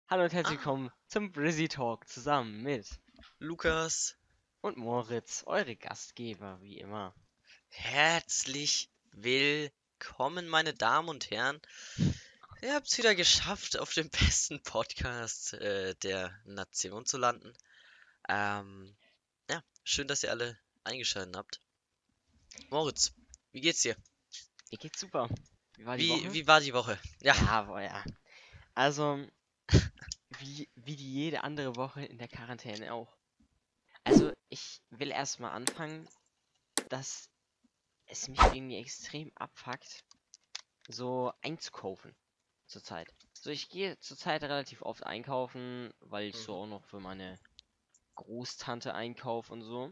Hallo und herzlich Ah, willkommen zum Brizzy Talk zusammen mit Lukas, und Moritz, eure Gastgeber wie immer. herzlich willkommen, meine Damen und Herren. Ihr habt es wieder geschafft, auf dem besten Podcast der Nation zu landen. Ähm, ja, schön, dass ihr alle eingeschaltet habt. Moritz, wie geht's dir? Mir geht's super. Wie war die Wie, Woche? wie war die Woche? Ja, Ja, boah, ja. Also, wie die jede andere Woche in der Quarantäne auch. Also, ich will erstmal anfangen, dass es mich irgendwie extrem abfuckt, so einzukaufen zurzeit. So, ich gehe zurzeit relativ oft einkaufen, weil ich so mhm. auch noch für meine Großtante einkaufe und so.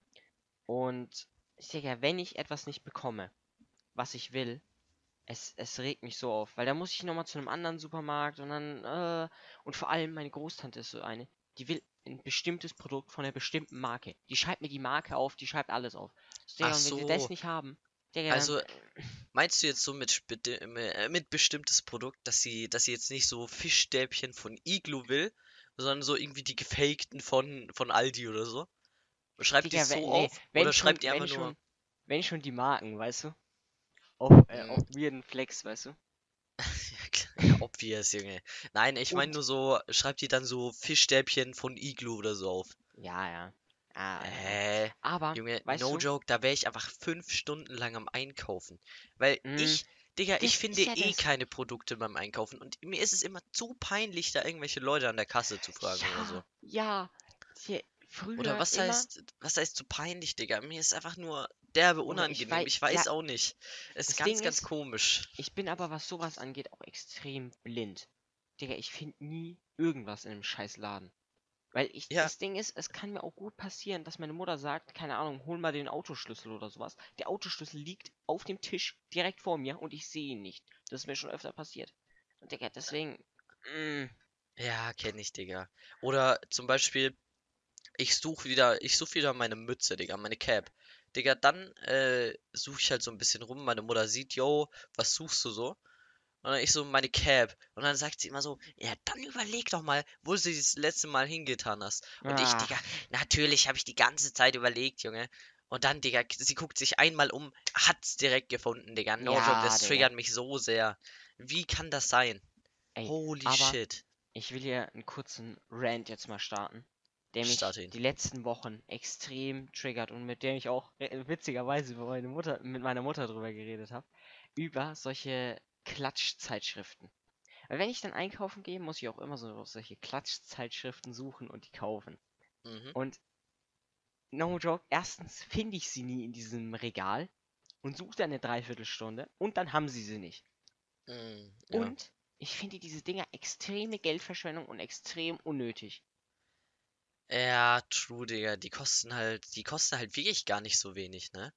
Und ich denke, ja, wenn ich etwas nicht bekomme, was ich will, es regt mich so auf, weil da muss ich nochmal zu einem anderen Supermarkt und und vor allem meine Großtante ist so eine, die will ein bestimmtes Produkt von einer bestimmten Marke. Die schreibt mir die Marke auf, die schreibt alles auf. So, Ach Digga, und wenn wir das so, nicht haben, Digga, dann, also meinst du jetzt so mit bestimmtes Produkt, dass sie jetzt nicht so Fischstäbchen von Iglu will, sondern so irgendwie die gefakten von Aldi oder so? Schreibt die Digga, es so nee, auf oder schreibt die einfach nur wenn schon die Marken, weißt du? hm, Auf weirden Flex, weißt du? ja, klar, obvious, Junge. Nein, ich meine Und, nur so, schreibt die dann so Fischstäbchen von Iglu oder so auf. ja, ja, ja. Äh, Aber, Junge, weißt no du, joke, da wäre ich einfach 5 Stunden lang am Einkaufen. Weil mh, Digga, ich das finde ist ja eh das. keine Produkte beim Einkaufen und mir ist es immer zu peinlich, da irgendwelche Leute an der Kasse zu fragen oder so. Ja, ja. Hier, Oder früher immer. was heißt zu peinlich, Digga? Mir ist einfach nur derbe Junge, ich unangenehm. weiß, Ich ja, weiß auch nicht. Es ist das ganz, Ding ganz ist, komisch. ich bin aber, was sowas angeht, auch extrem blind. Digga, ich finde nie irgendwas in einem scheiß Laden. Weil Ja, das Ding ist, es kann mir auch gut passieren, dass meine Mutter sagt, keine Ahnung, hol mal den Autoschlüssel oder sowas. Der Autoschlüssel liegt auf dem Tisch direkt vor mir und ich sehe ihn nicht. Das ist mir schon öfter passiert. Und Digga, deswegen, mm, ja, kenne ich, Digga. Oder zum Beispiel, ich suche wieder meine Mütze, Digga, meine Cap. Digga, dann suche ich halt so ein bisschen rum. Meine Mutter sieht, yo, was suchst du so? Und dann ich so, meine Cap. Und dann sagt sie immer so, ja, dann überleg doch mal, wo du sie das letzte Mal hingetan hast. Und ich, Digga, ach, natürlich habe ich die ganze Zeit überlegt, Junge. Und dann, Digga, sie guckt sich einmal um, hat's direkt gefunden, Digga. No joke, ja, das Digga. triggert mich so sehr. Wie kann das sein? Ey, Holy aber shit. ich will hier einen kurzen Rant jetzt mal starten, der mich Start ihn. die letzten Wochen extrem triggert und mit dem ich auch witzigerweise mit meiner Mutter drüber geredet habe, über solche Klatschzeitschriften. Weil wenn ich dann einkaufen gehe, muss ich auch immer so solche Klatschzeitschriften suchen und die kaufen. Mhm. Und no joke, erstens finde ich sie nie in diesem Regal und suche dann eine Dreiviertelstunde und dann haben sie sie nicht. Ja. Und ich finde diese Dinger extreme Geldverschwendung und extrem unnötig. Ja, true, Digga. Die kosten halt wirklich gar nicht so wenig, ne?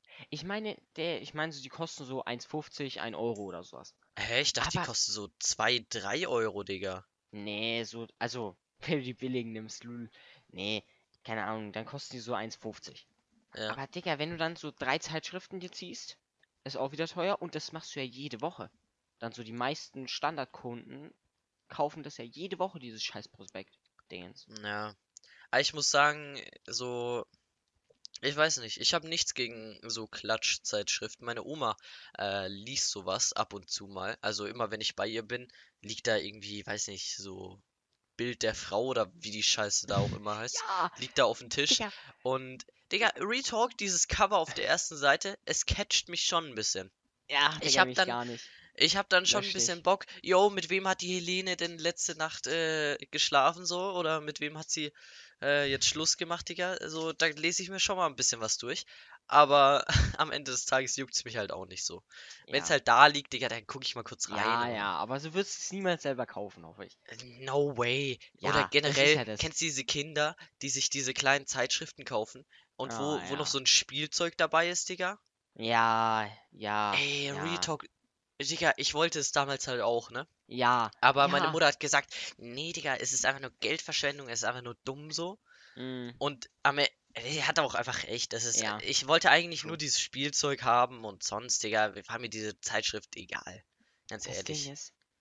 Ich meine, so, die kosten so 1,50, 1 Euro oder sowas. Hä, ich dachte, die Aber, kosten so 2, 3 Euro, Digga. nee, so, also, wenn du die billigen nimmst, Lul, nee, keine Ahnung, dann kosten die so 1,50. Ja. Aber, Digga, wenn du dann so 3 Zeitschriften dir ziehst, ist auch wieder teuer und das machst du ja jede Woche. Dann so die meisten Standardkunden kaufen das ja jede Woche, dieses scheiß Prospekt-Dingens. Ja. Aber ich muss sagen, so, ich weiß nicht, ich habe nichts gegen so Klatschzeitschriften. Meine Oma liest sowas ab und zu mal. Also immer wenn ich bei ihr bin, liegt da irgendwie, weiß nicht, so Bild der Frau oder wie die Scheiße da auch immer heißt, Ja, liegt da auf dem Tisch. Digga, Und, Digga, Retalk, dieses Cover auf der ersten Seite, es catcht mich schon ein bisschen. ja, Ich Digga, hab mich dann, gar nicht. ich hab dann schon ein Lösch bisschen dich. Bock. Yo, mit wem hat die Helene denn letzte Nacht geschlafen so? Oder mit wem hat sie jetzt Schluss gemacht, Digga? Also, da lese ich mir schon mal ein bisschen was durch. Aber am Ende des Tages juckt's mich halt auch nicht so. Wenn's Ja. halt da liegt, Digga, dann gucke ich mal kurz rein Ja, und ja, aber du wirst es niemals selber kaufen, hoffe ich. no way. Oder Ja, das ist generell, ja das. kennst du diese Kinder, die sich diese kleinen Zeitschriften kaufen und Ah, wo noch ja. so ein Spielzeug dabei ist, Digga? Ja, ja, Ey, ja, Retalk, Digga, ich wollte es damals halt auch, ne? ja, Aber meine ja. Mutter hat gesagt, nee, Digga, es ist einfach nur Geldverschwendung, es ist einfach nur dumm so. Mm, Und die hat auch einfach recht. ja, Ich wollte eigentlich nur true. dieses Spielzeug haben und sonst, Digga, war mir diese Zeitschrift egal. Ganz Das Ding ehrlich. ist,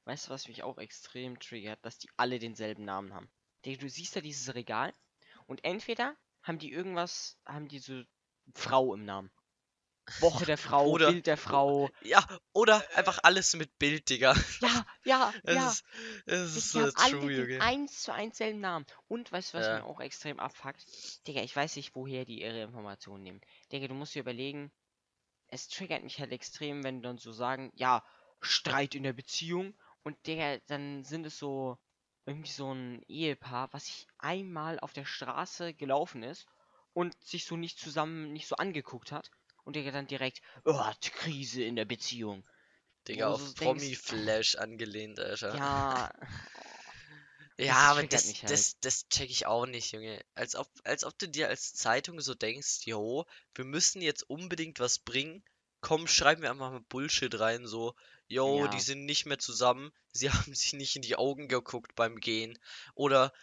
weißt du, was mich auch extrem triggert? Dass die alle denselben Namen haben. Du siehst da dieses Regal und entweder haben die so Frau im Namen. Ja, Woche der Frau, oder, Bild der o- Frau. ja, oder einfach alles mit Bild, Digga. Ja, ja, Es ja. ist, es ist Die haben alle true, den Junge. 1:1 selben Namen. Und weißt du, was Ja, mir auch extrem abfuckt? Digga, ich weiß nicht, woher die ihre Informationen nehmen. Digga, du musst dir überlegen, es triggert mich halt extrem, wenn dann so sagen, ja, Streit in der Beziehung. Und Digga, dann sind es so irgendwie so ein Ehepaar, was sich einmal auf der Straße gelaufen ist und sich so nicht so angeguckt hat. Und Digga dann direkt, oh, Krise in der Beziehung. Wo Digga, du auf so denkst, Promi-Flash angelehnt, Alter. ja, Ja, das aber triggert mich halt. das check ich auch nicht, Junge. Als ob du dir als Zeitung so denkst, jo, wir müssen jetzt unbedingt was bringen. Komm, schreiben wir einfach mal Bullshit rein, so, jo, die Ja. sind nicht mehr zusammen, sie haben sich nicht in die Augen geguckt beim Gehen. Oder,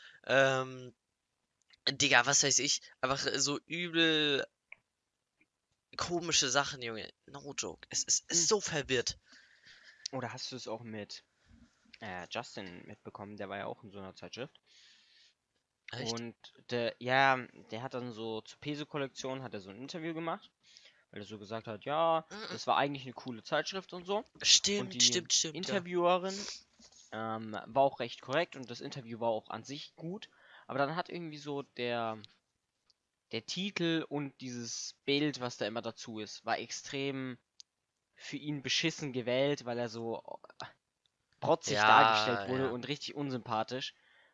Digga, was weiß ich, einfach so übel komische Sachen, Junge. No joke. Es Hm. ist so verwirrt. Oder hast du es auch mit Justin mitbekommen? Der war ja auch in so einer Zeitschrift. Echt? Und der hat dann so zur Peso-Kollektion hat er so ein Interview gemacht, weil er so gesagt hat, ja, Mhm. das war eigentlich eine coole Zeitschrift und so. Und Stimmt, die stimmt, stimmt, ja. Interviewerin war auch recht korrekt und das Interview war auch an sich gut. Aber dann hat irgendwie so der Titel und dieses Bild, was da immer dazu ist, war extrem für ihn beschissen gewählt, weil er so protzig dargestellt Ja, wurde ja. und richtig unsympathisch.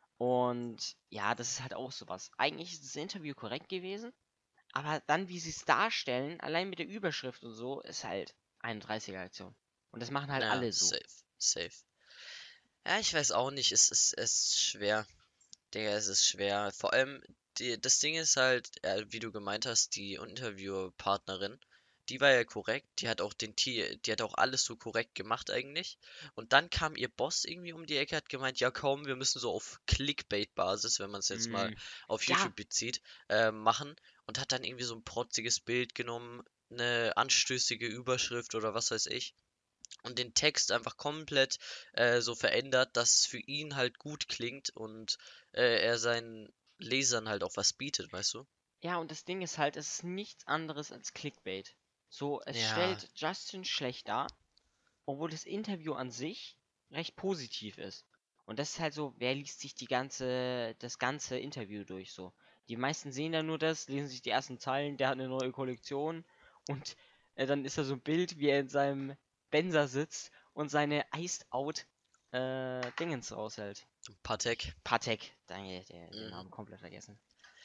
Und ja, das ist halt auch sowas. Eigentlich ist das Interview korrekt gewesen, aber dann, wie sie es darstellen, allein mit der Überschrift und so, ist halt 31er-Aktion. Und das machen halt Ja, alle so. safe, safe. Ja, ich weiß auch nicht, es ist schwer. Digga, es ist schwer. Vor allem, das Ding ist halt, wie du gemeint hast, die Interviewpartnerin, die war ja korrekt, die hat auch alles so korrekt gemacht eigentlich. Und dann kam ihr Boss irgendwie um die Ecke, hat gemeint, ja komm, wir müssen so auf Clickbait-Basis, wenn man es jetzt mal Mm, auf ja, YouTube bezieht, machen. Und hat dann irgendwie so ein protziges Bild genommen, eine anstößige Überschrift oder was weiß ich und den Text einfach komplett so verändert, dass es für ihn halt gut klingt und er seinen Lesern halt auch was bietet, weißt du? ja, und das Ding ist halt, es ist nichts anderes als Clickbait. So, es Ja, stellt Justin schlecht dar, obwohl das Interview an sich recht positiv ist. Und das ist halt so, wer liest sich das ganze Interview durch so? Die meisten sehen da nur das, lesen sich die ersten Zeilen, der hat eine neue Kollektion und dann ist da so ein Bild, wie er in seinem Benzer sitzt und seine Iced Out Dingens raushält. Patek. Patek, danke, den Mhm. Namen komplett vergessen.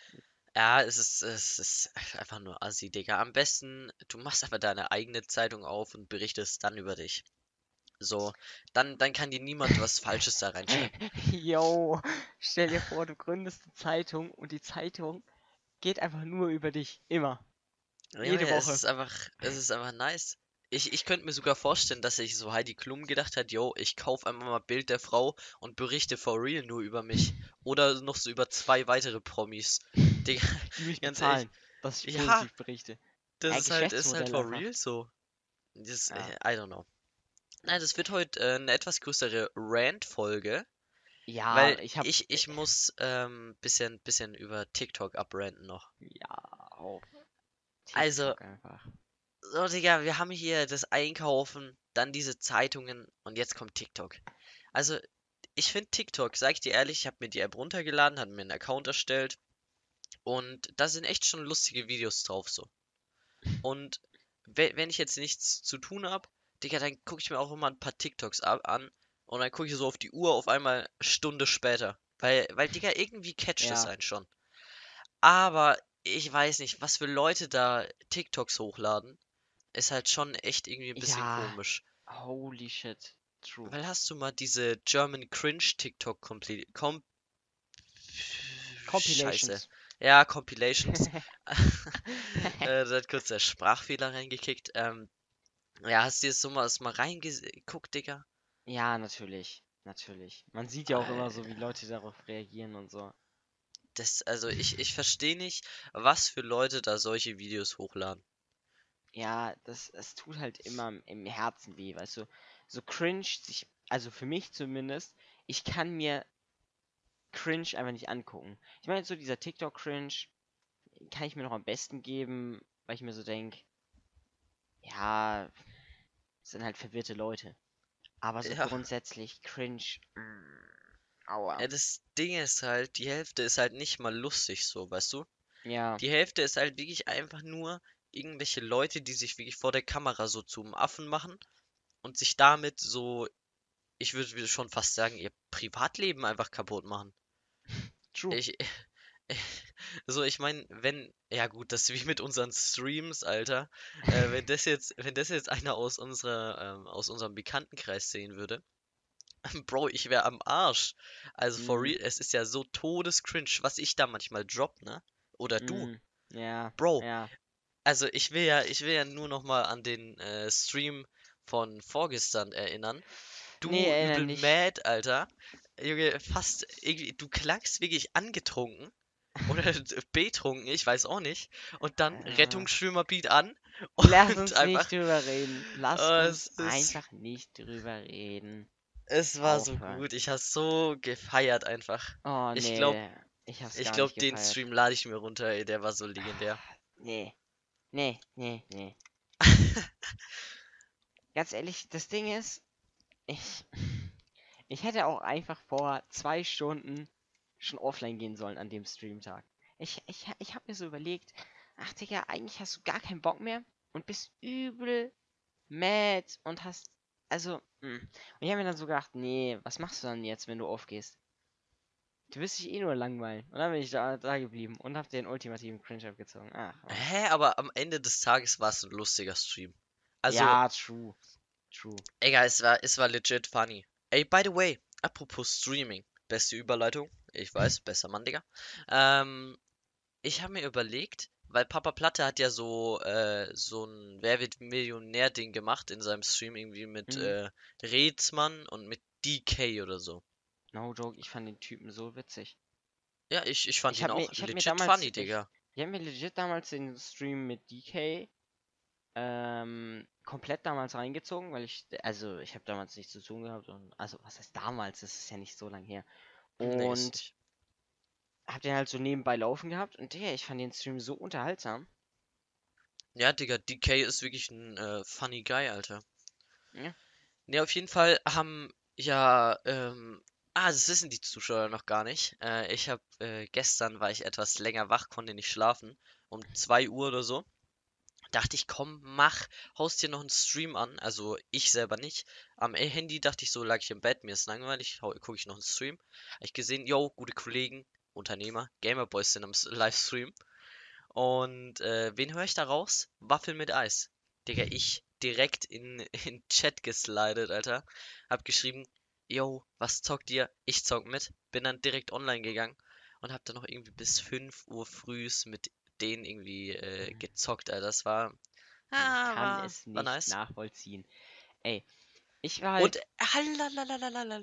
Ja, es ist einfach nur assi, Digga. Am besten, du machst aber deine eigene Zeitung auf und berichtest dann über dich. So, dann kann dir niemand was Falsches da reinschreiben. Yo, stell dir vor, du gründest eine Zeitung und die Zeitung geht einfach nur über dich. Immer. Junge, Jede Woche. es ist einfach nice. Ich könnte mir sogar vorstellen, dass sich so Heidi Klum gedacht hat, yo, ich kaufe einfach mal Bild der Frau und berichte for real nur über mich. Oder noch so über zwei weitere Promis. Digga, Die mich ganz ehrlich, bezahlen, dass ich ja, positiv berichte. das ist halt Geschäftsmodell for einfach. real so. Das, Ja. I don't know. Nein, das wird heute eine etwas größere Rant-Folge, Ja, weil ich hab. ich muss bisschen über TikTok abranten noch. Ja, auf Also, TikTok einfach. so, Digga, wir haben hier das Einkaufen, dann diese Zeitungen und jetzt kommt TikTok. Also, ich finde TikTok, sag ich dir ehrlich, ich habe mir die App runtergeladen, habe mir einen Account erstellt und da sind echt schon lustige Videos drauf so. Und wenn ich jetzt nichts zu tun habe, Digga, dann gucke ich mir auch immer ein paar TikToks an und dann gucke ich so auf die Uhr auf einmal Stunde später. Weil, Digga, irgendwie catcht es Ja. einen schon. Aber ich weiß nicht, was für Leute da TikToks hochladen. Ist halt schon echt irgendwie ein bisschen Ja. komisch. Holy shit. True. Weil hast du mal diese German Cringe TikTok Scheiße. Compilations. Ja, Compilations. Da hat kurz der Sprachfehler reingekickt. Ja, hast du jetzt so mal reingeguckt, Digga? Ja, natürlich. Natürlich. Man sieht ja auch immer so, wie Alter. Leute darauf reagieren und so. Also ich verstehe nicht, was für Leute da solche Videos hochladen. Ja, es tut halt immer im Herzen weh, weißt du. So cringe, sich. also für mich zumindest, ich kann mir Cringe einfach nicht angucken. Ich meine, so dieser TikTok-Cringe kann ich mir noch am besten geben, weil ich mir so denke, ja, es sind halt verwirrte Leute. Aber so Ja. grundsätzlich cringe. Aua. Ja, das Ding ist halt, die Hälfte ist halt nicht mal lustig so, weißt du? Ja, Die Hälfte ist halt wirklich einfach nur irgendwelche Leute, die sich wirklich vor der Kamera so zum Affen machen und sich damit so, ich würde schon fast sagen, ihr Privatleben einfach kaputt machen. true. Ich, so, ich meine, wenn, ja gut, das ist wie mit unseren Streams, Alter. Wenn das jetzt einer aus unserem Bekanntenkreis sehen würde, Bro, ich wäre am Arsch. Also for Mm, real, es ist ja so todescringe, was ich da manchmal drop, ne? Oder du. mm, ja, Bro, ja. also ich will ja nur noch mal an den Stream von vorgestern erinnern. Nee, Du erinnere übel nicht. mad, Alter. Junge, fast irgendwie, du klangst wirklich angetrunken oder betrunken, ich weiß auch nicht. Und dann Äh, Rettungsschwimmer-Beat an Lass und uns einfach, nicht drüber reden. Lass oh, uns einfach nicht drüber reden. es war so Aufhören. gut. Ich habe so gefeiert einfach. Oh, Ich glaube, nee. Ich hab's ich gar glaube, nicht den gefeiert. Stream lade ich mir runter, ey, der war so legendär. Nee, nee, nee, nee. Ganz ehrlich, das Ding ist, ich, ich hätte auch einfach vor 2 Stunden schon offline gehen sollen an dem Streamtag. Ich habe mir so überlegt, ach Digga, eigentlich hast du gar keinen Bock mehr und bist übel mad und hast, also, und ich habe mir dann so gedacht, nee, was machst du dann jetzt, wenn du aufgehst? Du wirst dich eh nur langweilen. Und dann bin ich da geblieben und hab den ultimativen Cringe abgezogen. Ach, was. Hä, aber am Ende des Tages war es ein lustiger Stream. Also, Ja, true. True. egal, es war legit funny. Ey, by the way, apropos Streaming. Beste Überleitung. Ich weiß, besser Mann, Digga. Ähm, Ich habe mir überlegt, weil Papa Platte hat ja so ein Wer wird Millionär-Ding gemacht in seinem Stream irgendwie mit Mhm. Rätsmann und mit DK oder so. No joke, ich fand den Typen so witzig. Ja, ich fand ihn auch Ich hab mir legit damals, funny, Digga. ich hab mir legit damals den Stream mit DK komplett damals reingezogen, weil ich habe damals nichts zu tun gehabt und, also, was heißt damals? Das ist ja nicht so lange her. Nee, ist Und nicht. hab den halt so nebenbei laufen gehabt und Digga, ich fand den Stream so unterhaltsam. Ja, Digga, DK ist wirklich ein funny Guy, Alter. Ja. Ne, auf jeden Fall haben ja, das wissen die Zuschauer noch gar nicht. Gestern war ich etwas länger wach, konnte nicht schlafen. Um 2 Uhr oder so. Dachte ich, komm, haust dir noch einen Stream an. Also ich selber nicht. Am Handy dachte ich so, lag ich im Bett, mir ist langweilig, gucke ich noch einen Stream. Hab ich gesehen, yo, gute Kollegen, Unternehmer, Gamerboys sind am Livestream. Und wen höre ich da raus? Waffel mit Eis. Digga, ich direkt in Chat geslidet, Alter. Hab geschrieben, yo, was zockt ihr? Ich zock mit. Bin dann direkt online gegangen und hab dann noch irgendwie bis 5 Uhr frühs mit denen irgendwie gezockt, Alter. Das war, Ich kann es war nicht nice. nachvollziehen. Ey, ich war Und halt. halalalala.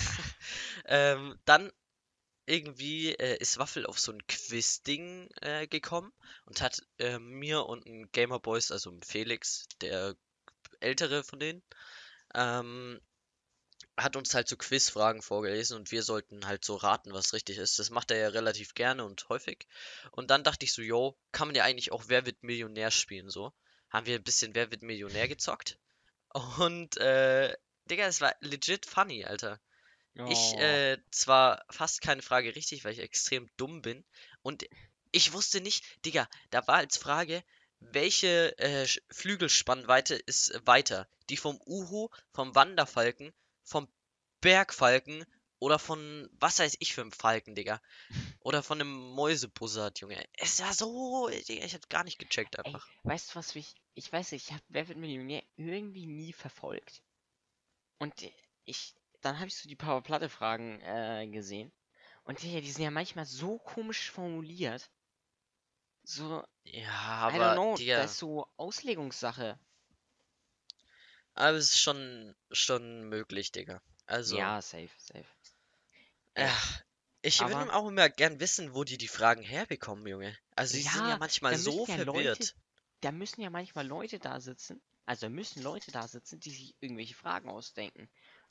Dann irgendwie ist Waffel auf so ein Quiz-Ding gekommen und hat mir und ein Gamerboys, also ein Felix, der ältere von denen, ähm, hat uns halt so Quizfragen vorgelesen und wir sollten halt so raten, was richtig ist. Das macht er ja relativ gerne und häufig. Und dann dachte ich so, yo, kann man ja eigentlich auch Wer wird Millionär spielen, so. Haben wir ein bisschen Wer wird Millionär gezockt. Und, Digga, es war legit funny, Alter. Oh. Zwar fast keine Frage richtig, weil ich extrem dumm bin. Und ich wusste nicht, Digga, da war als Frage, welche Flügelspannweite ist weiter? Die vom Uhu, vom Wanderfalken, vom Bergfalken oder von, was weiß ich für einem Falken, Digga? Oder von einem Mäusebussard, Junge. Es war so, Digga, ich hab gar nicht gecheckt Ey, einfach. weißt du was mich. Ich weiß nicht, ich habe Wer wird Millionär irgendwie nie verfolgt. Und dann habe ich so die Power Platte Fragen gesehen. Und die sind ja manchmal so komisch formuliert. So, Ja, I don't aber, know, das Digga, ist so Auslegungssache. aber es ist schon möglich, Digga. Also. Ja, safe, safe. Ja, Ey, ich aber würde auch immer gern wissen, wo die Fragen herbekommen, Junge. Also, die sind ja ja, manchmal da so müssen ja Leute, verwirrt. da müssen ja manchmal Leute da sitzen. Also da müssen Leute da sitzen, die sich irgendwelche Fragen ausdenken. Und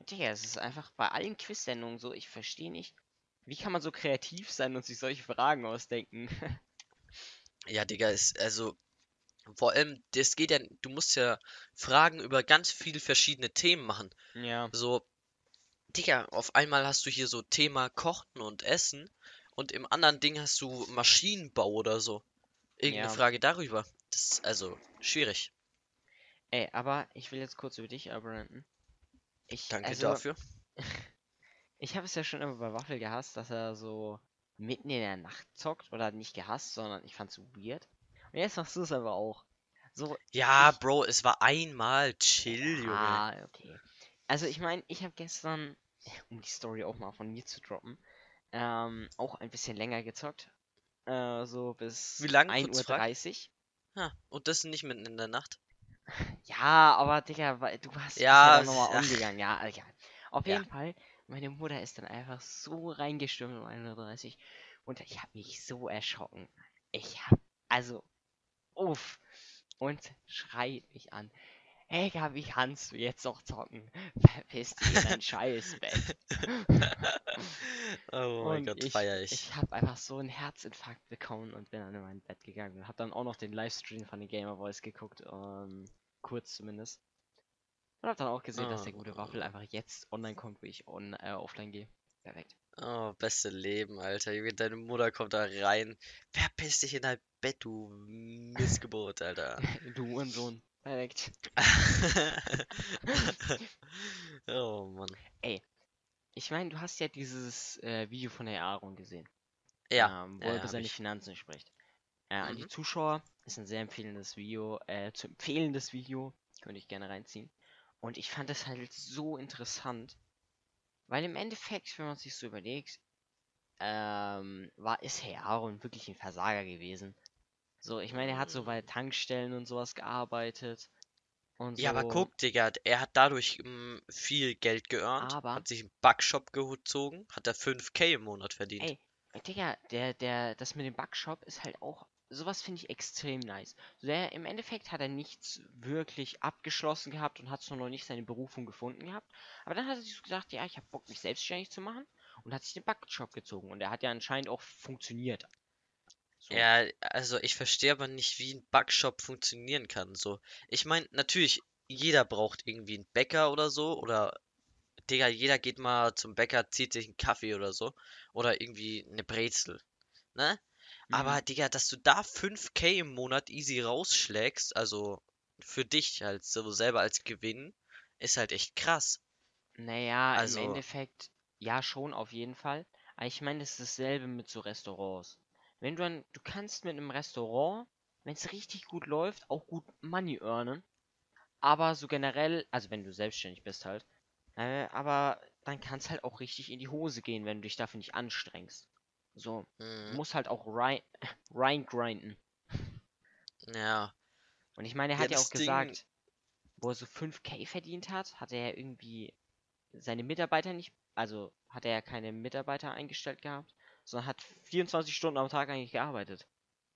Digga, es ist einfach bei allen Quiz-Sendungen so, ich verstehe nicht, wie kann man so kreativ sein und sich solche Fragen ausdenken? Ja, Digga, also, vor allem, das geht ja, du musst ja Fragen über ganz viele verschiedene Themen machen. Ja, So, Digga, auf einmal hast du hier so Thema Kochen und Essen und im anderen Ding hast du Maschinenbau oder so. Irgendeine ja. Frage darüber. Das ist also schwierig. Ey, aber ich will jetzt kurz über dich abranten. Danke Also, dafür. ich habe es ja schon immer bei Waffel gehasst, dass er so mitten in der Nacht zockt. Oder nicht gehasst, sondern ich fand's so weird. Und jetzt machst du es aber auch. So, Ja, ich. Bro, es war einmal chill, Junge. Ja, okay. Also, ich meine, ich habe gestern, um die Story auch mal von mir zu droppen, auch ein bisschen länger gezockt. So Wie bis lang, ein kurz Uhr. frag? dreißig. Und das nicht mitten in der Nacht? Ja, aber Digga, weil bist ja Ja, dann nochmal ach, umgegangen. Ja, egal. Auf ja. jeden Fall, meine Mutter ist dann einfach so reingestürmt um 1:30 Uhr und ich habe mich so erschrocken. Also, uff, und schreit mich an. Digga, wie kannst du jetzt noch zocken? Verpiss dich in dein Scheißbett. Oh mein Und Gott, ich, feier ich. ich habe einfach so einen Herzinfarkt bekommen und bin dann in mein Bett gegangen und habe dann auch noch den Livestream von den Gamer Boys geguckt, kurz zumindest. Und hab dann auch gesehen, dass der gute Waffel Oh, einfach jetzt online kommt, wo ich offline gehe. Perfekt. oh, beste Leben, Alter. Junge, deine Mutter kommt da rein. Verpiss dich in dein Bett, du Missgeburt, Alter. Du Uhrensohn. Perfekt. Oh Mann. Ey, ich meine, du hast ja dieses Video von der Aaron gesehen, Ja, wo er über habe seine ich. Finanzen spricht. An die Mhm. Zuschauer ist ein sehr zu empfehlendes Video. Könnte ich gerne reinziehen. Und ich fand das halt so interessant, weil im Endeffekt, wenn man sich so überlegt, ist Herr Aaron wirklich ein Versager gewesen. So, ich meine, er hat so bei Mm. Tankstellen und sowas gearbeitet und Ja, aber so, guck, Digga, er hat dadurch viel Geld geearnt, aber, hat sich einen Backshop gezogen, hat er 5K im Monat verdient. ey, Digga, das mit dem Backshop ist halt auch, sowas finde ich extrem nice. So, im Endeffekt hat er nichts wirklich abgeschlossen gehabt und hat so noch nicht seine Berufung gefunden gehabt. Aber dann hat er sich so gedacht, ja, ich habe Bock, mich selbstständig zu machen und hat sich den Backshop gezogen. Und der hat ja anscheinend auch funktioniert. So. Ja, also ich verstehe aber nicht, wie ein Backshop funktionieren kann. So, ich meine, natürlich, jeder braucht irgendwie einen Bäcker oder so, oder Digga, jeder geht mal zum Bäcker, zieht sich einen Kaffee oder so, oder irgendwie eine Brezel, ne? Mhm. Aber Digga, dass du da 5K im Monat easy rausschlägst, also für dich halt so selber als Gewinn, ist halt echt krass. Naja, im Also, Endeffekt, ja schon, auf jeden Fall. Aber ich meine, es ist dasselbe mit so Restaurants. Du kannst mit einem Restaurant, wenn es richtig gut läuft, auch gut Money earnen. Aber so generell, also wenn du selbstständig bist halt, aber dann kann es halt auch richtig in die Hose gehen, wenn du dich dafür nicht anstrengst. So, du mhm, musst halt auch rein grinden. ja. Und ich meine, er Ja, hat ja auch das Ding, gesagt, wo er so 5K verdient hat, hat er ja irgendwie seine Mitarbeiter nicht, also hat er ja keine Mitarbeiter eingestellt gehabt, sondern hat 24 Stunden am Tag eigentlich gearbeitet.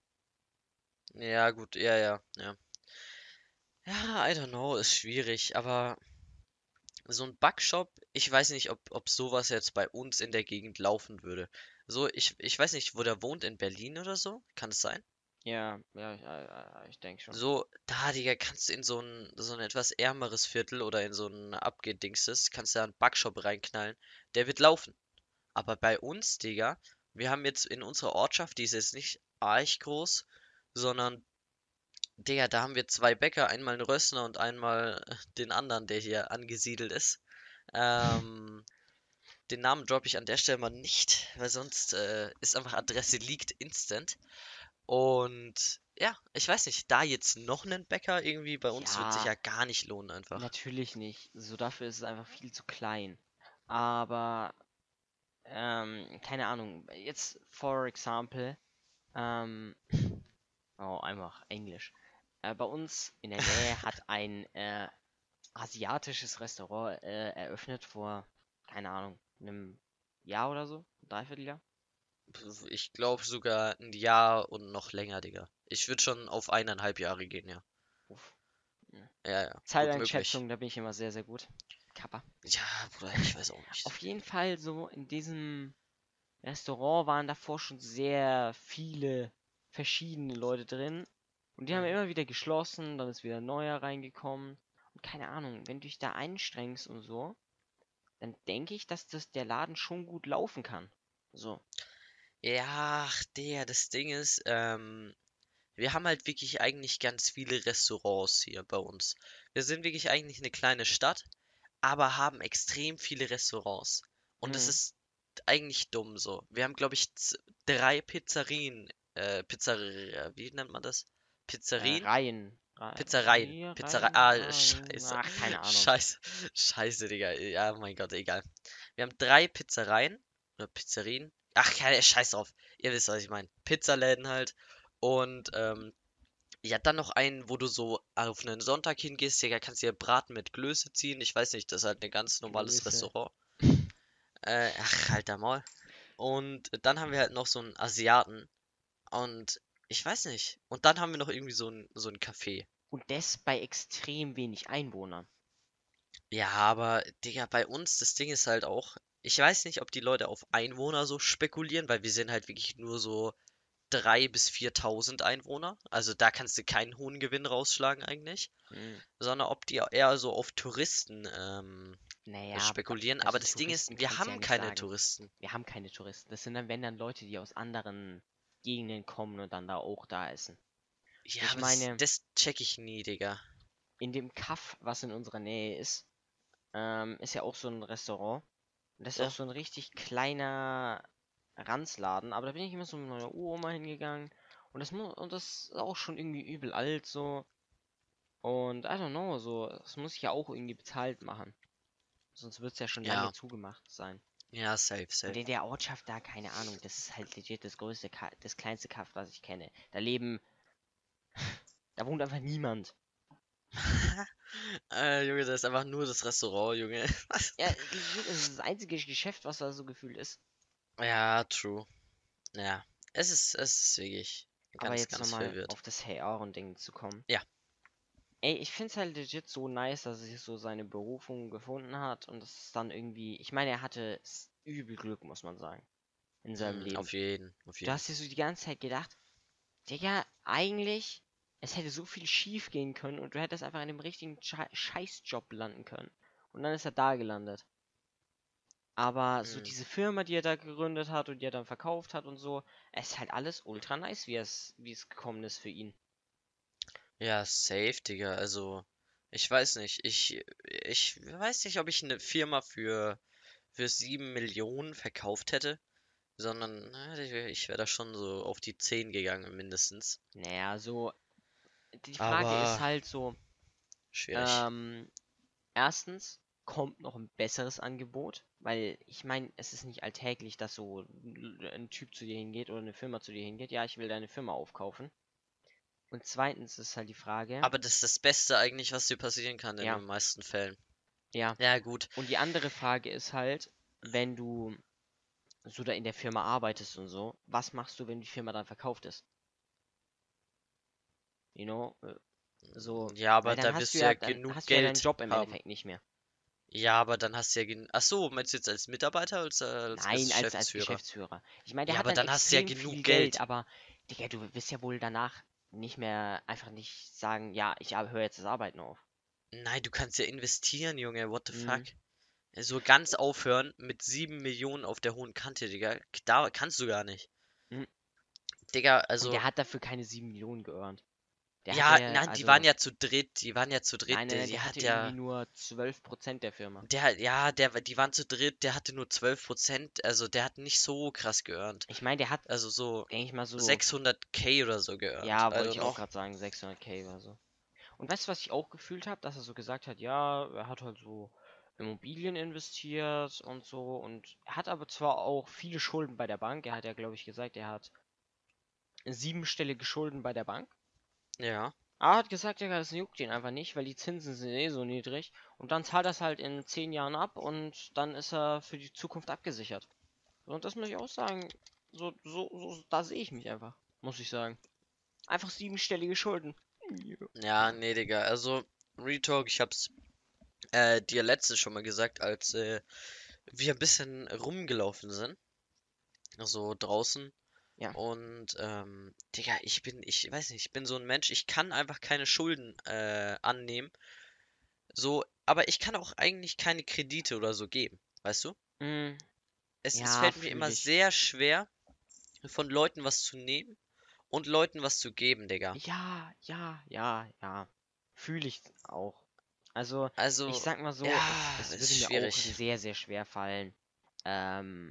ja gut, ja, ja, ja. Ja, I don't know, ist schwierig, aber so ein Backshop, ich weiß nicht, ob sowas jetzt bei uns in der Gegend laufen würde. So, ich weiß nicht, wo der wohnt, in Berlin oder so? Kann es sein? Ja, ja, ich denke schon. So, da, Digga, kannst du in so ein etwas ärmeres Viertel oder in so ein abgedingstes, kannst du da einen Backshop reinknallen, der wird laufen. Aber bei uns, Digga, wir haben jetzt in unserer Ortschaft, die ist jetzt nicht arg groß, sondern, Digga, da haben wir zwei Bäcker, einmal einen Rössner und einmal den anderen, der hier angesiedelt ist. Ähm, Den Namen droppe ich an der Stelle mal nicht, weil sonst ist einfach Adresse liegt instant. Und ja, ich weiß nicht, da jetzt noch einen Bäcker irgendwie bei uns wird sich Ja, ja gar nicht lohnen einfach. natürlich nicht. So dafür ist es einfach viel zu klein. Aber, keine Ahnung. Jetzt, for example, ähm, oh, einfach Englisch. Bei uns in der Nähe hat ein asiatisches Restaurant eröffnet vor, keine Ahnung, einem Jahr oder so, Dreivierteljahr. Ich glaube sogar ein Jahr und noch länger, Digga. Ich würde schon auf 1,5 Jahre gehen, ja. Uff. Ja. Ja, ja, gut möglich. Zeiteinschätzung, da bin ich immer sehr, sehr gut. Kappa. Ja, Bruder, ich weiß auch nicht. Auf jeden Fall so in diesem Restaurant waren davor schon sehr viele verschiedene Leute drin. Und die haben Mhm. immer wieder geschlossen, dann ist wieder ein neuer reingekommen. Und keine Ahnung, wenn du dich da anstrengst und so, dann denke ich, dass der Laden schon gut laufen kann. So. Ja, ach, das Ding ist, wir haben halt wirklich eigentlich ganz viele Restaurants hier bei uns. Wir sind wirklich eigentlich eine kleine Stadt, aber haben extrem viele Restaurants. Und das Mhm. ist eigentlich dumm so. Wir haben, glaube ich, drei Pizzerien, wie nennt man das? Pizzerien? Reihen. Pizzerei, Reihen. scheiße. Ach, keine Ahnung. Scheiße, Digga. Ja, mein Gott, egal. Wir haben drei Pizzereien oder Pizzerien. Ach, keine, scheiß drauf. Ihr wisst, was ich meine. Pizzaläden halt. Und, ja, dann noch einen, wo du so auf einen Sonntag hingehst, Digga, kannst dir Braten mit Klöße ziehen. Ich weiß nicht, das ist halt ein ganz normales Klöße. Restaurant. Ach, halt da Maul. Und dann haben wir halt noch so einen Asiaten. Und ich weiß nicht. Und dann haben wir noch irgendwie so ein Café. Und das bei extrem wenig Einwohnern. Ja, aber Digga, bei uns, das Ding ist halt auch, ich weiß nicht, ob die Leute auf Einwohner so spekulieren, weil wir sind halt wirklich nur so 3.000 bis 4.000 Einwohner. Also da kannst du keinen hohen Gewinn rausschlagen eigentlich, Hm. sondern ob die eher so auf Touristen Naja, spekulieren. Aber also das Ding ist, Touristen wir kannst du ja haben nicht keine sagen. Touristen. Wir haben keine Touristen. Das sind dann, wenn dann Leute, die aus anderen Gegenden kommen und dann da auch da essen. Ja, Ich aber das, meine, das check ich nie, Digga. in dem Kaff, was in unserer Nähe ist, ist ja auch so ein Restaurant. Und das ist auch Ja. so ein richtig kleiner Ranzladen. Aber da bin ich immer so mit meiner Uroma hingegangen. Und das ist auch schon irgendwie übel alt so. Und I don't know, so, das muss ich ja auch irgendwie bezahlt machen. Sonst wird es ja schon lange Ja, zugemacht sein. ja, safe, Und safe. in der Ortschaft da, keine Ahnung, das ist halt legit das kleinste Kaff, was ich kenne. Da wohnt einfach niemand. Junge, das ist einfach nur das Restaurant, Junge. Ja, legit, das ist das einzige Geschäft, was da so gefühlt ist. Ja, true. Ja, es ist wirklich Aber ganz, jetzt ganz nochmal verwirrt. auf das Hey Aaron-Ding zu kommen. Ja, Ey, ich find's halt legit so nice, dass er sich so seine Berufung gefunden hat und das ist dann irgendwie. Ich meine, er hatte übel Glück, muss man sagen, in seinem Leben. auf jeden, auf Du jeden. hast dir so die ganze Zeit gedacht, Digga, eigentlich, es hätte so viel schief gehen können und du hättest einfach in dem richtigen Scheißjob landen können. Und dann ist er da gelandet. Aber so Mm. diese Firma, die er da gegründet hat und die er dann verkauft hat und so, es ist halt alles ultra nice, wie es gekommen ist für ihn. Ja, safe, Digga. Also, ich weiß nicht. Ich weiß nicht, ob ich eine Firma für 7 Millionen verkauft hätte, sondern ich wäre da schon so auf die 10 gegangen, mindestens. Naja, so, die Frage ist Aber halt so, schwierig. ähm, erstens, kommt noch ein besseres Angebot? Weil ich meine, es ist nicht alltäglich, dass so ein Typ zu dir hingeht oder eine Firma zu dir hingeht. Ja, ich will deine Firma aufkaufen. Und zweitens ist halt die Frage, Aber das ist das Beste eigentlich, was dir passieren kann in ja, den meisten Fällen. ja. Ja, gut. Und die andere Frage ist halt, wenn du so da in der Firma arbeitest und so, was machst du, wenn die Firma dann verkauft ist? You know? So, Ja, weil aber da wirst du ja dann genug hast du ja deinen Geld Job im haben. Endeffekt nicht mehr. Ja, aber dann hast du ja Ach so, meinst du jetzt als Mitarbeiter oder als Nein, als Geschäftsführer? Geschäftsführer. Ich meine, der Ja, hat aber dann dann hast du ja extrem genug viel Geld, Geld. aber, Digga, du wirst ja wohl danach nicht mehr einfach nicht sagen, ja, ich höre jetzt das Arbeiten auf. Nein, du kannst ja investieren, Junge. What the fuck? Mhm. So ganz aufhören mit 7 Millionen auf der hohen Kante, Digga. Da kannst du gar nicht. Mhm. Digga, Und also. der hat dafür keine 7 Millionen geearnt. Der Ja, hatte, nein, die waren also, ja zu dritt. Die waren ja zu dritt. nein, nein, nein, der hatte irgendwie nur 12% der Firma. Die waren zu dritt. Der hatte nur 12%. Also, der hat nicht so krass geearnt. Ich meine, der hat, Also, so denke ich mal, so, 600k oder so geearnt. ja, I wollte don't ich auch know. gerade sagen, 600k oder so. Und weißt du, was ich auch gefühlt habe? Dass er so gesagt hat, ja, er hat halt so Immobilien investiert und so. Und er hat aber zwar auch viele Schulden bei der Bank. Er hat ja, glaube ich, gesagt, er hat siebenstellige Schulden bei der Bank. Ja. Aber er hat gesagt, ja, das juckt ihn einfach nicht, weil die Zinsen sind eh so niedrig. Und dann zahlt er es halt in 10 Jahren ab und dann ist er für die Zukunft abgesichert. Und das muss ich auch sagen, da sehe ich mich einfach, muss ich sagen. Einfach siebenstellige Schulden. Ja. Ja, nee, Digga. Also, Retalk, ich hab's dir letztens schon mal gesagt, als wir ein bisschen rumgelaufen sind, also draußen. Ja. Und, Digga, ich weiß nicht, ich bin so ein Mensch, ich kann einfach keine Schulden annehmen. So, aber ich kann auch eigentlich keine Kredite oder so geben, weißt du? Mm, Es ja, fällt mir immer fühle ich. sehr schwer, von Leuten was zu nehmen und Leuten was zu geben, Digga. Ja, ja, ja, ja. Fühle ich auch. Also, ich Also, sag mal so, es, ja, es ist würde mir auch schwierig. sehr, sehr schwer fallen, ähm,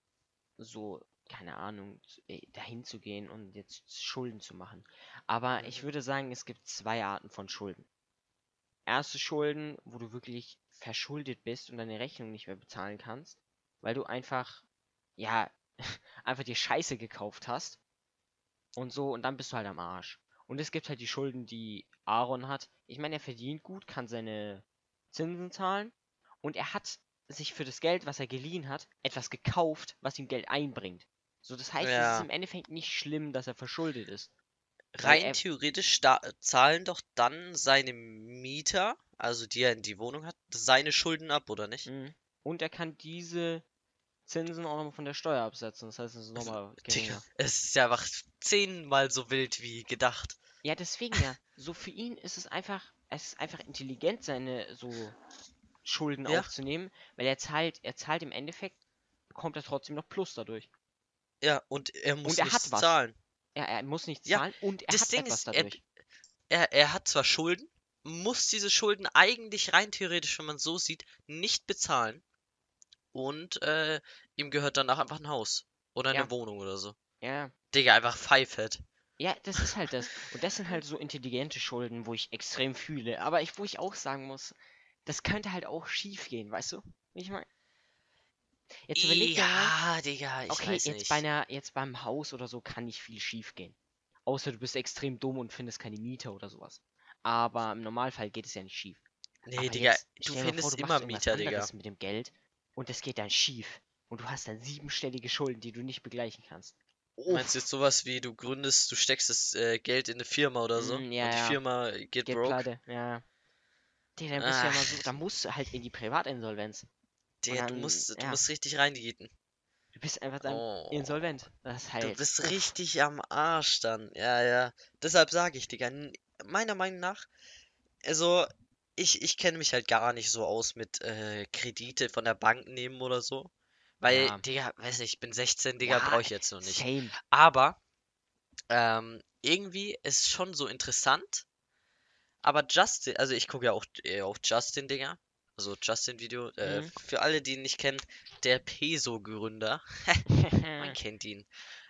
so, keine Ahnung, dahin zu gehen und jetzt Schulden zu machen. Aber ich Mhm. würde sagen, es gibt zwei Arten von Schulden. Erste Schulden, wo du wirklich verschuldet bist und deine Rechnung nicht mehr bezahlen kannst, weil du einfach, ja, einfach dir Scheiße gekauft hast und so, und dann bist du halt am Arsch. Und es gibt halt die Schulden, die Aaron hat. Ich meine, er verdient gut, kann seine Zinsen zahlen und er hat sich für das Geld, was er geliehen hat, etwas gekauft, was ihm Geld einbringt. So, das heißt, es ist Ja, im Endeffekt nicht schlimm, dass er verschuldet ist, weil rein er, theoretisch zahlen doch dann seine Mieter, also die er in die Wohnung hat, seine Schulden ab, oder nicht? mh, und er kann diese Zinsen auch nochmal von der Steuer absetzen. Das heißt, es ist Also, nochmal Digga, geringer. es ist ja einfach 10-mal so wild wie gedacht. Ja, deswegen ja. So für ihn ist es ist einfach intelligent, seine so Schulden Ja, aufzunehmen, weil er zahlt im Endeffekt, bekommt er trotzdem noch Plus dadurch. ja, und er Und muss er hat nichts was. zahlen. Er muss nicht Ja, zahlen und er das hat Ding etwas ist, dadurch. er hat zwar Schulden, muss diese Schulden eigentlich rein theoretisch, wenn man so sieht, nicht bezahlen. Und ihm gehört danach einfach ein Haus. Oder Ja, eine Wohnung oder so. ja, Digga, einfach Pfeifett. ja, das ist halt das. Und das sind halt so intelligente Schulden, wo ich extrem fühle. Aber wo ich auch sagen muss, das könnte halt auch schief gehen, weißt du? Wie ich meine, jetzt überleg dir mal, Ja, Digga, ich okay, weiß nicht. jetzt beim Haus oder so kann nicht viel schief gehen. Außer du bist extrem dumm und findest keine Miete oder sowas. Aber im Normalfall geht es ja nicht schief. Nee, Aber Digga, jetzt du stell dir mal vor, findest du immer machst irgendwas Mieter, Digga. anderes mit dem Geld und es geht dann schief. Und du hast dann siebenstellige Schulden, die du nicht begleichen kannst. Meinst du jetzt Uff. sowas wie du gründest, du steckst das Geld in eine Firma oder so Mm, ja, und die ja. Firma geht Geht broke? pleite. Ja. Nee, dann bist du ja mal so, Ach, dann musst du halt in die Privatinsolvenz. Und Digga, dann, du ja, musst richtig reindieten. du bist einfach dann Oh, insolvent. Das ist du halt, bist uff. richtig am Arsch dann. Ja, ja. Deshalb sage ich, Digga, meiner Meinung nach, also ich kenne mich halt gar nicht so aus mit Kredite von der Bank nehmen oder so. Weil, Ja, Digga, weiß nicht, ich bin 16, Digga, ja, brauche ich jetzt noch nicht. same. Aber irgendwie ist schon so interessant. Aber Justin, also ich gucke ja auch Justin, Digga. Also Justin-Video. Mm. Für alle, die ihn nicht kennen, der Peso-Gründer. Man kennt ihn.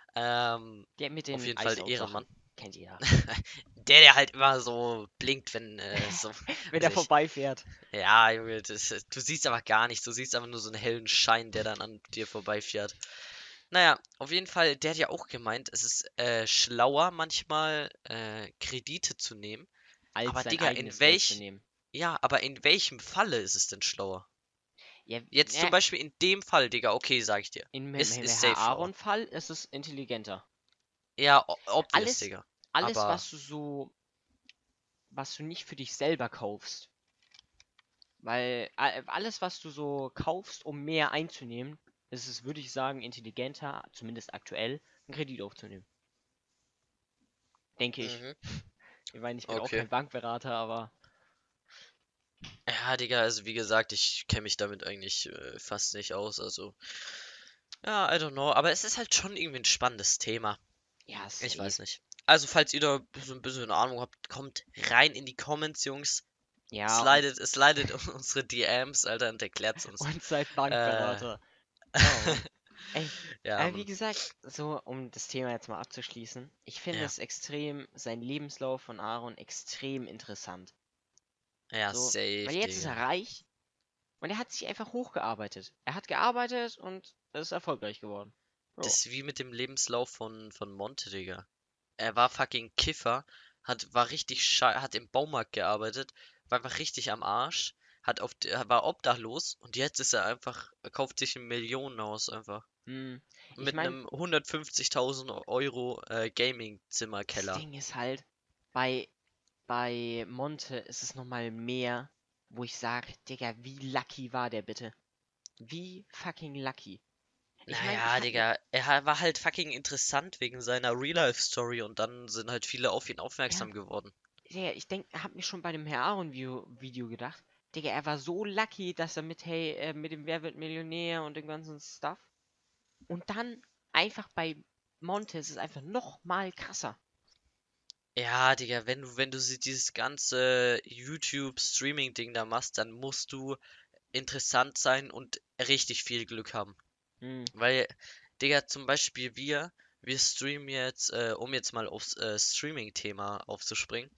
Der mit Auf den jeden Fall Eislaufsachen. Ehrenmann. Kennt jeder. Der halt immer so blinkt, wenn so, Wenn weiß er ich. vorbeifährt. Ja, Junge, du siehst aber gar nichts. Du siehst einfach nur so einen hellen Schein, der dann an dir vorbeifährt. Naja, auf jeden Fall, der hat ja auch gemeint, es ist schlauer manchmal Kredite zu nehmen. Als Aber sein Digga, eigenes Geld zu nehmen. aber in welchem Falle ist es denn schlauer? Ja, Jetzt zum ja, Beispiel in dem Fall, Digga, okay, sag ich dir. im Ist Herr safe schlauer. Aaron-Fall ist es intelligenter. Ja, obvious, Alles, Digga. alles, Aber, was du nicht für dich selber kaufst. Weil alles, was du so kaufst, um mehr einzunehmen, ist es, würde ich sagen, intelligenter, zumindest aktuell, einen Kredit aufzunehmen. Denke ich. mhm, Ich meine, ich bin auch okay. kein Bankberater, aber Ja, Digga, also wie gesagt, ich kenne mich damit eigentlich fast nicht aus, also. Ja, I don't know, aber es ist halt schon irgendwie ein spannendes Thema. ja, Ich safe. weiß nicht. Also, falls ihr da so ein bisschen eine Ahnung habt, kommt rein in die Comments, Jungs. Ja, und, Slidet unsere DMs, Alter, und erklärt's uns. und seid Äh, Bankberater. Oh Mann. Ey, ja, wie Mann. gesagt, so um das Thema jetzt mal abzuschließen, ich finde Ja. es extrem, sein Lebenslauf von Aaron extrem interessant. Ja, So, weil safe, jetzt ist er Digga. reich und er hat sich einfach hochgearbeitet. Er hat gearbeitet und ist erfolgreich geworden. Das Jo. ist wie mit dem Lebenslauf von Monte, Digga. Er war fucking Kiffer, war richtig hat im Baumarkt gearbeitet, war einfach richtig am Arsch, war obdachlos und jetzt ist er einfach, er kauft sich ein Millionenhaus einfach. Hm, ich Mit meine, einem 150.000 Euro das Gaming-Zimmerkeller. Ding ist halt, bei, bei Monte ist es nochmal mehr. wo ich sage, Digga, wie lucky war der bitte? Wie fucking lucky. Ich meine, ich Naja, habe mir, Digga, war halt fucking interessant wegen seiner Real-Life-Story und dann sind halt viele auf ihn ja, aufmerksam geworden. Digga, hab mir schon bei dem Herr Aaron Video gedacht, Digga, er war so lucky, dass er mit, hey, mit dem Wer wird Millionär und dem ganzen Stuff. Und dann einfach bei Montes ist einfach noch mal krasser. Ja, Digga, wenn du dieses ganze YouTube-Streaming-Ding da machst, dann musst du interessant sein und richtig viel Glück haben. Hm, Weil, Digga, zum Beispiel wir streamen jetzt, um jetzt mal aufs Streaming-Thema aufzuspringen.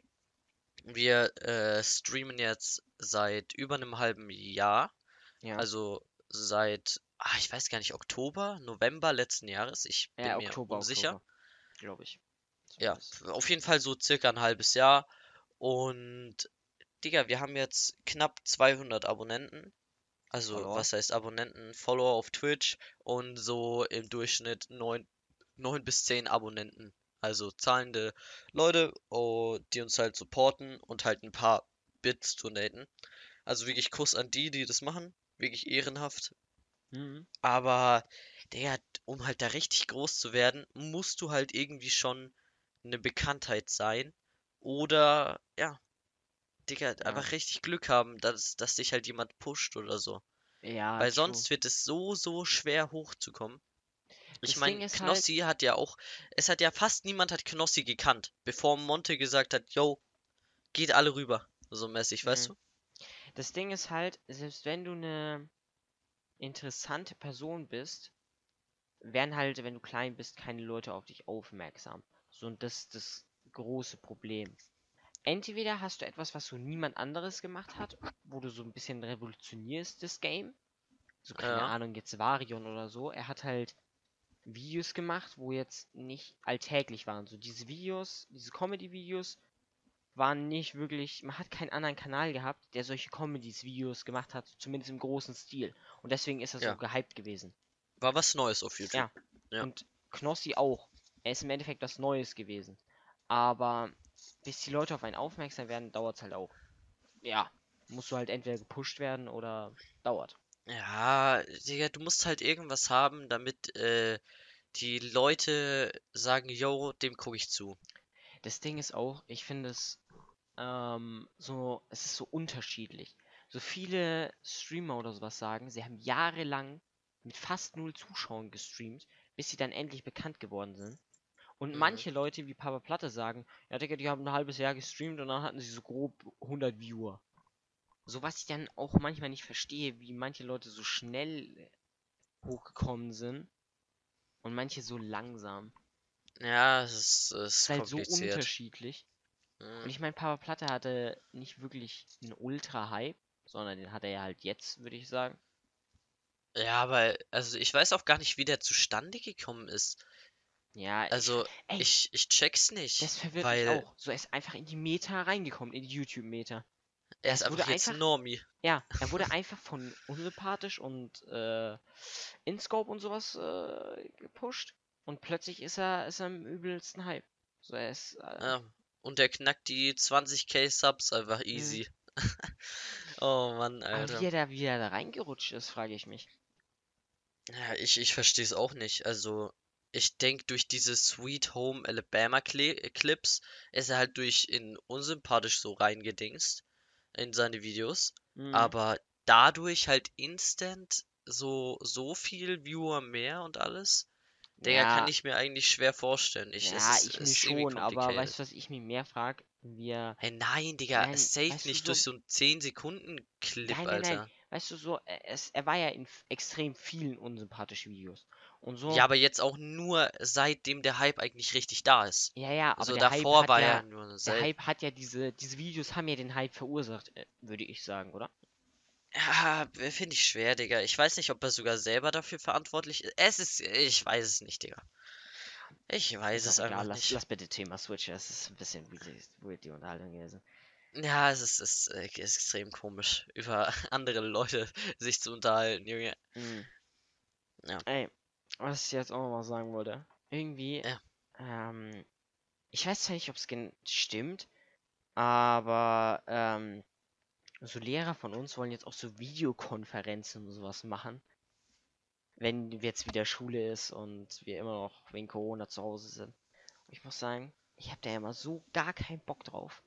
Wir streamen jetzt seit über einem halben Jahr, ja. also seit, ich weiß gar nicht, Oktober, November letzten Jahres, ich bin Ja, mir Oktober, unsicher. Oktober, glaube ich. Ja, Zumindest. auf jeden Fall so circa ein halbes Jahr. Und, Digga, wir haben jetzt knapp 200 Abonnenten. Also, Follower. was heißt Abonnenten? Follower auf Twitch und so im Durchschnitt 9 bis 10 Abonnenten. Also zahlende Leute, oh, die uns halt supporten und halt ein paar Bits donaten. Also wirklich Kuss an die, die das machen. Wirklich ehrenhaft. Mhm. Aber, Digga, um halt da richtig groß zu werden, musst du halt irgendwie schon eine Bekanntheit sein. Oder, ja, Digga, Ja. einfach richtig Glück haben, dass dich halt jemand pusht oder so. Ja, Weil true. sonst wird es so schwer hochzukommen. Ich Das Ding meine, ist halt, Knossi hat ja auch, es hat ja fast niemand hat Knossi gekannt, bevor Monte gesagt hat, yo, geht alle rüber. So mäßig, weißt mhm. du? Das Ding ist halt, selbst wenn du eine interessante Person bist, werden halt, wenn du klein bist, keine Leute auf dich aufmerksam. So, und das ist das große Problem. Entweder hast du etwas, was so niemand anderes gemacht hat, wo du so ein bisschen revolutionierst das Game. So, keine Ja, Ahnung, jetzt Varion oder so. Er hat halt Videos gemacht, wo jetzt nicht alltäglich waren. So diese Videos, diese Comedy-Videos waren nicht wirklich, man hat keinen anderen Kanal gehabt, der solche Comedies-Videos gemacht hat, zumindest im großen Stil. Und deswegen ist er so ja. gehypt gewesen. War was Neues auf YouTube. Ja, Ja. und Knossi auch. Er ist im Endeffekt was Neues gewesen. Aber bis die Leute auf einen aufmerksam werden, dauert es halt auch. Ja, musst du halt entweder gepusht werden oder dauert. Ja, Digga, du musst halt irgendwas haben, damit die Leute sagen, yo, dem gucke ich zu. Das Ding ist auch, ich finde es es ist so unterschiedlich. So viele Streamer oder sowas sagen, sie haben jahrelang mit fast null Zuschauern gestreamt, bis sie dann endlich bekannt geworden sind. Und Mhm. manche Leute wie Papa Platte sagen, ja Digga, die haben ein halbes Jahr gestreamt und dann hatten sie so grob 100 Viewer. So was ich dann auch manchmal nicht verstehe, wie manche Leute so schnell hochgekommen sind und manche so langsam. Ja, Es es ist ist halt so kompliziert. unterschiedlich. Und Mhm. ich meine, Papa Platte hatte nicht wirklich einen Ultra-Hype, sondern den hat er ja halt jetzt, würde ich sagen. Ja, aber, also ich weiß auch gar nicht, wie der zustande gekommen ist. Ja, Also, ey, ich check's nicht, das verwirrt mich weil auch. So, er ist einfach in die Meta reingekommen, in die YouTube-Meta. er ist Es einfach wurde jetzt einfach, ein Normie. ja, er wurde einfach von unsympathisch und InScope und sowas gepusht. Und plötzlich ist er im übelsten Hype. So, er ist, Ja, und der knackt die 20k Subs einfach hm. easy. Oh Mann, Aber Alter. wie er da reingerutscht ist, frage ich mich. Ja, ich verstehe es auch nicht. Also, ich denke, durch diese Sweet Home Alabama Clips ist er halt durch in unsympathisch so reingedingst in seine Videos. Hm. Aber dadurch halt instant so viel Viewer mehr und alles. Digga, kann Ja, ich mir eigentlich schwer vorstellen. ja, ich Es mir ist irgendwie schon, aber complicated. weißt du, was ich mich mehr frage? Hey, nein, Digga, Nein, safe weißt du nicht durch so, so einen 10 Sekunden Clip, nein, Alter. weißt du so, er war ja in extrem vielen unsympathischen Videos. Und Ja, so, aber jetzt auch nur seitdem der Hype eigentlich richtig da ist. ja, aber So davor war er nur Der selten. Hype hat ja diese Videos haben ja den Hype verursacht, würde ich sagen, oder? Ja, finde ich schwer, Digga. Ich weiß nicht, ob er sogar selber dafür verantwortlich ist. Ich weiß es nicht, Digga. Ich weiß Ist auch es egal, einfach nicht. lass bitte Thema switchen, es ist ein bisschen weird die Unterhaltung gewesen. Ja, ist extrem komisch, über andere Leute sich zu unterhalten, Junge. Mm. Ja, Ey, was ich jetzt auch noch mal sagen wollte. Irgendwie, ja. ähm, ich weiß zwar nicht, ob es stimmt, aber, So Lehrer von uns wollen jetzt auch so Videokonferenzen und sowas machen, wenn jetzt wieder Schule ist und wir immer noch wegen Corona zu Hause sind. Und ich muss sagen, ich habe da ja immer so gar keinen Bock drauf.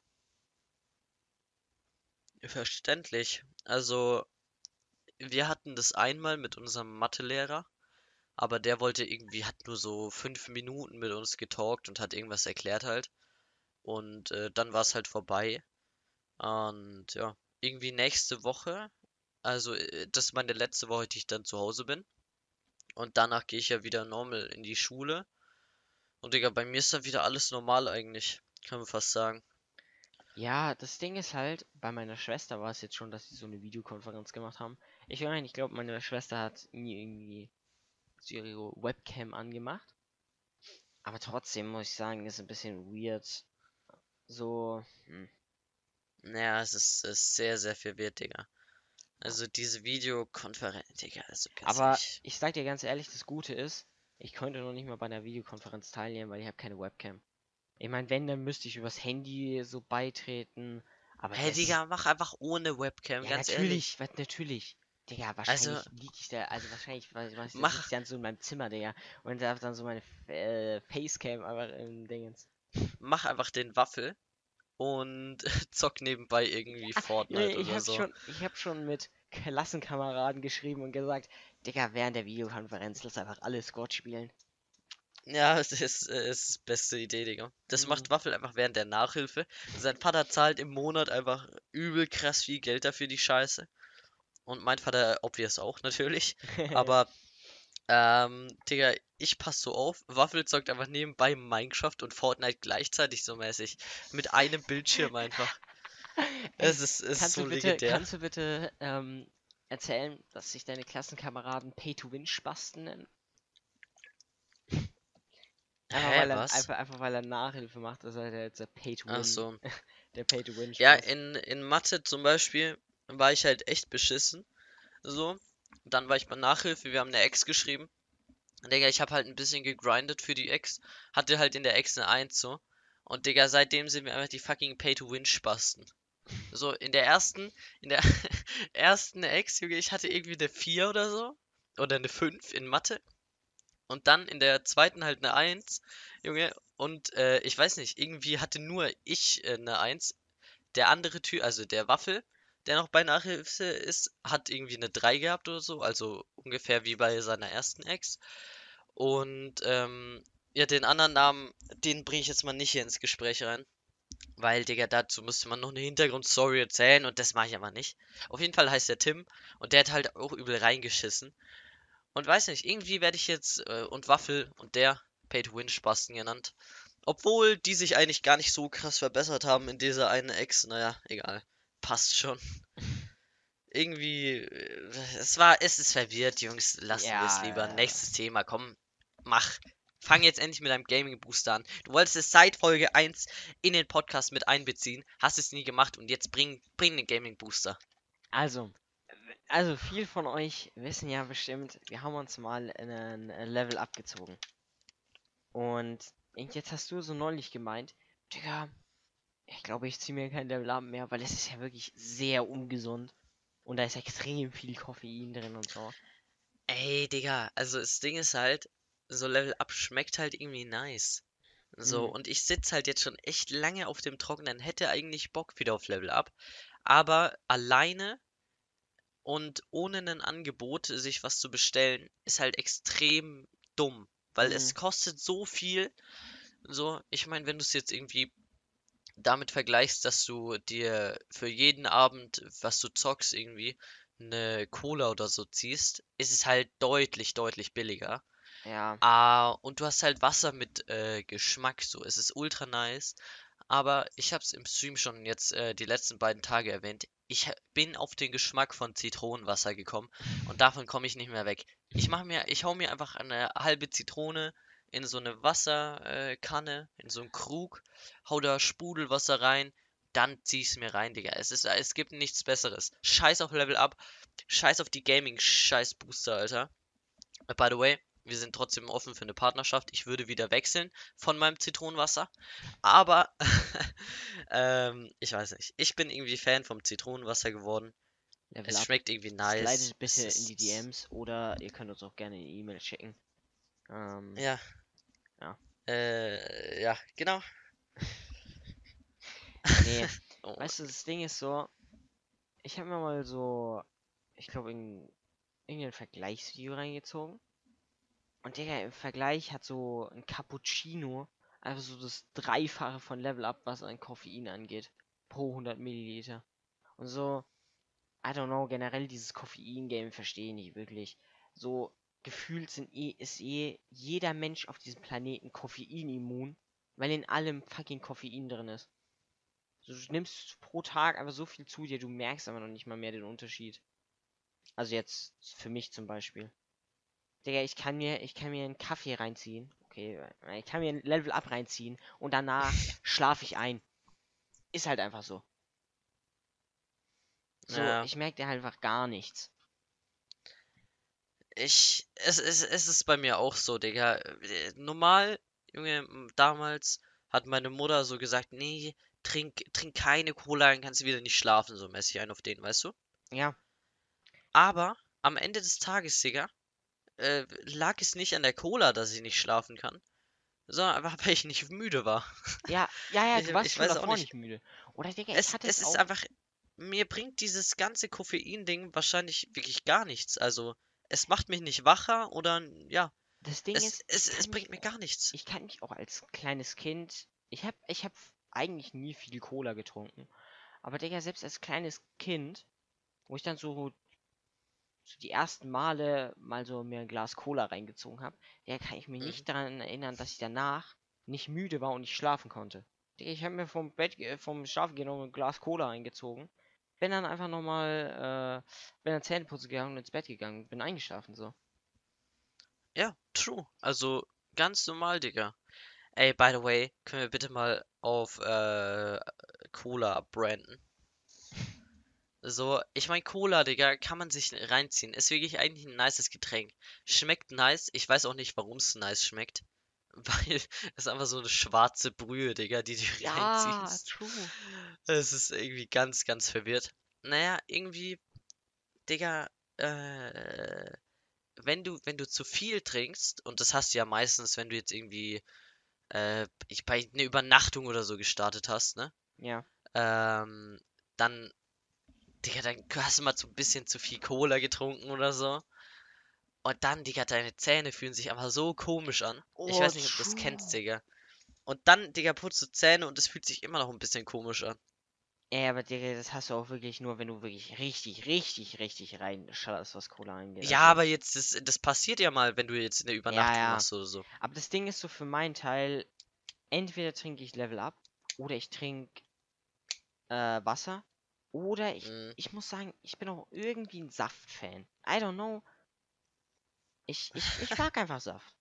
Verständlich. Also, wir hatten das einmal mit unserem Mathelehrer, aber der wollte irgendwie, hat nur so 5 Minuten mit uns getalkt und hat irgendwas erklärt halt. Und dann war es halt vorbei. Und ja, irgendwie nächste Woche, also das ist meine letzte Woche, die ich dann zu Hause bin. Und danach gehe ich ja wieder normal in die Schule. Und Digga, bei mir ist dann wieder alles normal eigentlich. Kann man fast sagen. Ja, das Ding ist halt, bei meiner Schwester war es jetzt schon, dass sie so eine Videokonferenz gemacht haben. Ich glaube, meine Schwester hat nie irgendwie so ihre Webcam angemacht. Aber trotzdem muss ich sagen, ist ein bisschen weird. So, Naja, es ist sehr, sehr verwirrt, Digga. Also diese Videokonferenz, Digga, also ganz aber ehrlich. ich sag dir ganz ehrlich, das Gute ist, ich konnte noch nicht mal bei einer Videokonferenz teilnehmen, weil ich habe keine Webcam. Ich meine, wenn, dann müsste ich übers Handy so beitreten. Aber Hey, das. Digga, mach einfach ohne Webcam, Ja, ganz natürlich, ehrlich. was natürlich. Digga, Also, wahrscheinlich liege ich da, also wahrscheinlich, da sitze ich mach, dann so in meinem Zimmer, Digga, und da dann so meine Facecam einfach im Dingens. mach einfach den Waffel und zock nebenbei irgendwie Junge, Fortnite oder so. ich hab schon mit Klassenkameraden geschrieben und gesagt, Digga, während der Videokonferenz lass einfach alle Squad spielen. Ja, es ist die beste Idee, Digga. Das Mhm. macht Waffel einfach während der Nachhilfe. Sein Vater zahlt im Monat einfach übel krass viel Geld dafür, die Scheiße. Und mein Vater, obvious auch natürlich. Aber, Digga, ich pass so auf. Waffel zockt einfach nebenbei Minecraft und Fortnite gleichzeitig so mäßig. Mit einem Bildschirm einfach. Ey, Es ist so legendär. kannst du bitte erzählen, dass sich deine Klassenkameraden Pay-to-Win-Spasten nennen? Hä, was? Einfach weil er Nachhilfe macht, ist er jetzt der Ach Pay-to-Win, so. der Ja, Pay-to-Win-Spaß. in Mathe zum Beispiel war ich halt echt beschissen. So. Dann war ich bei Nachhilfe, wir haben eine Ex geschrieben. Digga, ich habe halt ein bisschen gegrindet für die Ex. Hatte halt in der Ex eine Eins so. Und Digga, seitdem sind wir einfach die fucking Pay-to-Win-Spasten. So, in der ersten Ex, Junge, ich hatte irgendwie eine 4 oder so. Oder eine 5 in Mathe. Und dann in der zweiten halt eine Eins, Junge. Und ich weiß nicht, irgendwie hatte nur ich eine Eins. Der andere Typ, also der Waffel, der noch bei Nachhilfe ist, hat irgendwie eine 3 gehabt oder so. Also ungefähr wie bei seiner ersten Ex. Und ja, den anderen Namen, den bringe ich jetzt mal nicht hier ins Gespräch rein. Weil, Digga, dazu müsste man noch eine Hintergrundstory erzählen und das mache ich aber nicht. Auf jeden Fall heißt der Tim und der hat halt auch übel reingeschissen. Und weiß nicht, irgendwie werde ich jetzt und Waffel und der Pay-to-Win-Spasten genannt. Obwohl die sich eigentlich gar nicht so krass verbessert haben in dieser einen Ex. Naja, egal. Passt schon. Irgendwie, es ist verwirrt, Jungs. Lassen wir es lieber. Ja, Nächstes Thema, komm, mach. Fang jetzt endlich mit deinem Gaming Booster an. Du wolltest es seit Folge 1 in den Podcast mit einbeziehen, hast es nie gemacht und jetzt bring den Gaming Booster. also, also viel von euch wissen ja bestimmt, wir haben uns mal in ein Level abgezogen. Und jetzt hast du so neulich gemeint, Digga, ich glaube, ich ziehe mir kein Level Up mehr, weil es ist ja wirklich sehr ungesund. Und da ist extrem viel Koffein drin und so. Ey, Digga, also das Ding ist halt, so Level Up schmeckt halt irgendwie nice. So, Mm, und ich sitze halt jetzt schon echt lange auf dem Trockenen, hätte eigentlich Bock wieder auf Level Up, aber alleine und ohne ein Angebot, sich was zu bestellen, ist halt extrem dumm, weil mm, es kostet so viel. So, ich meine, wenn du es jetzt irgendwie damit vergleichst, dass du dir für jeden Abend, was du zockst, irgendwie eine Cola oder so ziehst, ist es halt deutlich, deutlich billiger. ja. Und du hast halt Wasser mit Geschmack, so. Es ist ultra nice. Aber ich habe es im Stream schon jetzt die letzten beiden Tage erwähnt. Bin auf den Geschmack von Zitronenwasser gekommen und davon komme ich nicht mehr weg. Ich hau mir einfach eine halbe Zitrone in so eine Wasserkanne, Kanne, in so einen Krug, hau da Sprudelwasser rein, dann zieh ich's mir rein, Digga. Es gibt nichts Besseres. Scheiß auf Level Up, scheiß auf die Gaming, scheiß Booster, Alter. By the way, Wir sind trotzdem offen für eine Partnerschaft. Ich würde wieder wechseln von meinem Zitronenwasser. Aber ich weiß nicht. Ich bin irgendwie Fan vom Zitronenwasser geworden. Level Es up. schmeckt irgendwie nice. Slidet bitte in die DMs oder ihr könnt uns auch gerne eine E-Mail schicken. Ja, Ja. ja, genau. Nee, Oh, weißt du, das Ding ist so, ich habe mir mal so, ich glaube, in irgendein Vergleichsvideo reingezogen. Und Digga, im Vergleich hat so ein Cappuccino einfach so das Dreifache von Level Up, was an Koffein angeht. Pro 100 Milliliter. Und so, I don't know, generell dieses Koffein-Game verstehe ich nicht wirklich. So, gefühlt ist jeder Mensch auf diesem Planeten koffeinimmun, weil in allem fucking Koffein drin ist. So, du nimmst pro Tag einfach so viel zu dir, du merkst aber noch nicht mal mehr den Unterschied. Also jetzt für mich zum Beispiel. Digga, ich kann mir einen Kaffee reinziehen. Okay, ich kann mir ein Level Up reinziehen und danach schlafe ich ein. Ist halt einfach so. So, ja. ich merke halt einfach gar nichts. Es ist bei mir auch so, Digga. Normal, Junge, damals hat meine Mutter so gesagt, nee, trink keine Cola, dann kannst du wieder nicht schlafen, so mäßig ein auf den, weißt du? Ja, Aber am Ende des Tages, Digga, lag es nicht an der Cola, dass ich nicht schlafen kann, sondern einfach, weil ich nicht müde war. ja, du warst Ich schon weiß auch davor nicht. nicht müde. Oder Digga, ich hatte Es es ist auch. einfach, mir bringt dieses ganze Koffein-Ding wahrscheinlich wirklich gar nichts. Also, es macht mich nicht wacher oder, ja, Das Ding ist, es bringt mir gar nichts. ich kann mich auch als kleines Kind. Ich hab eigentlich nie viel Cola getrunken. Aber Digga, selbst als kleines Kind, wo ich dann so die ersten Male mal so mir ein Glas Cola reingezogen habe, der kann ich mich Mhm. nicht daran erinnern, dass ich danach nicht müde war und nicht schlafen konnte. Digga, ich habe mir vom Schlafengehen noch ein Glas Cola reingezogen, bin dann einfach nochmal, bin dann Zähneputzen gegangen und ins Bett gegangen, bin eingeschlafen so. Ja, true. Also, ganz normal, Digga. Ey, by the way, können wir bitte mal auf Cola branden? So, ich mein, Cola, Digga, kann man sich reinziehen. Ist wirklich eigentlich ein nices Getränk. Schmeckt nice. Ich weiß auch nicht, warum es nice schmeckt. Weil es einfach so eine schwarze Brühe, Digga, die du Ja, reinziehst. true. Es ist irgendwie ganz, ganz verwirrt. Naja, irgendwie, Digga, wenn du zu viel trinkst, und das hast du ja meistens, wenn du jetzt irgendwie bei einer Übernachtung oder so gestartet hast, ne? Ja. Ähm, dann, Digga, dann hast du mal so ein bisschen zu viel Cola getrunken oder so. Und dann, Digga, deine Zähne fühlen sich einfach so komisch an. Ich Oh, weiß nicht, ob du das kennst, true. Digga. Und dann, Digga, putzt du Zähne und es fühlt sich immer noch ein bisschen komisch an. Ja, aber Digga, das hast du auch wirklich nur, wenn du wirklich richtig, richtig, richtig reinschallerst, was Cola angeht. Ja, Also, aber jetzt, das passiert ja mal, wenn du jetzt eine ja, Übernachtung ja. machst oder so. Aber das Ding ist so für meinen Teil, entweder trinke ich Level Up oder ich trinke Wasser. Oder Mm, ich muss sagen, ich bin auch irgendwie ein Saft-Fan. I don't know. Ich mag einfach Saft.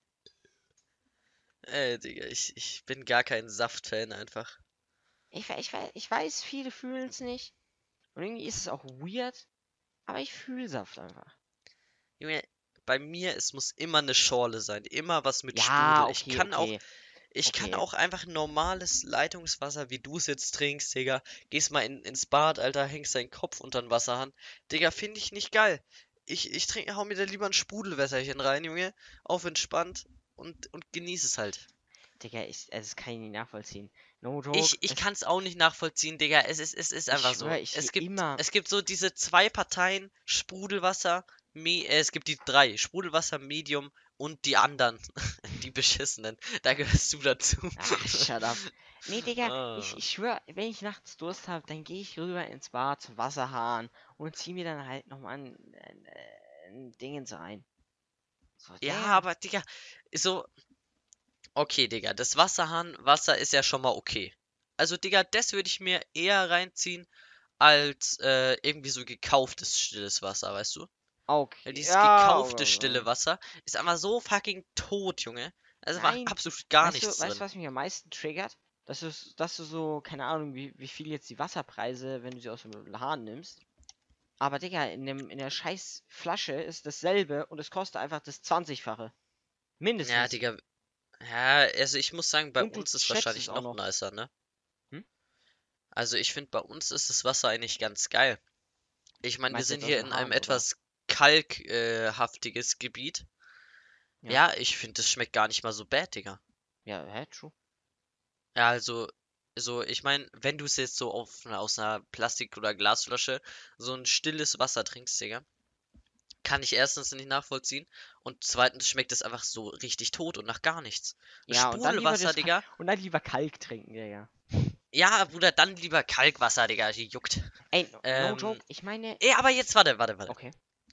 Digga, ich bin gar kein Saft-Fan einfach. Ich weiß, viele fühlen es nicht. Und irgendwie ist es auch weird. Aber ich fühle Saft einfach. Junge, bei mir, es muss immer eine Schorle sein. Immer was mit Ja, Sprudel. okay, okay, Ich kann okay. auch einfach normales Leitungswasser, wie du es jetzt trinkst, Digga. Gehst mal ins Bad, Alter, hängst deinen Kopf unter den Wasserhahn. Digga, finde ich nicht geil. Hau mir da lieber ein Sprudelwässerchen rein, Junge. Auf entspannt und genieß es halt. Digga, also das kann ich nicht nachvollziehen. No joke. Ich kann es auch nicht nachvollziehen, Digga. Es ist Ich einfach so. schwöre, ich gehe immer. Es gibt so diese zwei Parteien, Sprudelwasser, es gibt die drei, Sprudelwasser, Medium und die anderen, die beschissenen. Da gehörst du dazu. Ah, shut up. Nee, Digga, ich, Ah. ich schwöre, wenn ich nachts Durst habe, dann gehe ich rüber ins Bad zum Wasserhahn und zieh mir dann halt nochmal ein Dingens rein. So, Ja, Digga. aber Digga, so, okay, Digga, das Wasser ist ja schon mal okay. Also, Digga, das würde ich mir eher reinziehen als irgendwie so gekauftes stilles Wasser, weißt du? Weil Okay, dieses ja. gekaufte stille Wasser ist einfach so fucking tot, Junge. Also war Nein. absolut gar Weißt du, nichts weißt du, drin. was mich am meisten triggert? Dass du so, keine Ahnung, wie viel jetzt die Wasserpreise, wenn du sie aus dem Hahn nimmst. Aber Digga, in der scheiß Flasche ist dasselbe und es kostet einfach das 20-fache. Ja, Mindestens. Digga. Ja, also ich muss sagen, bei Und du uns ist schätzt es wahrscheinlich auch noch noch. nicer, ne? Hm? Also ich finde, bei uns ist das Wasser eigentlich ganz geil. Ich meine, wir Meinst du sind jetzt aus hier dem in einem Hahn, oder? etwas kalkhaftiges Gebiet. Ja. Ja, ich finde, das schmeckt gar nicht mal so bad, Digga. Ja, true. Ja, also, ich meine, wenn du es jetzt so aus einer Plastik- oder Glasflasche so ein stilles Wasser trinkst, Digga, kann ich erstens nicht nachvollziehen und zweitens schmeckt es einfach so richtig tot und nach gar nichts. Ja, und dann lieber Sprudelwasser, das Digga, und dann lieber Kalk trinken, Digga. ja, Bruder, dann lieber Kalkwasser, Digga, die juckt. Ey, no Ähm, joke, ich meine. aber jetzt warte. Okay.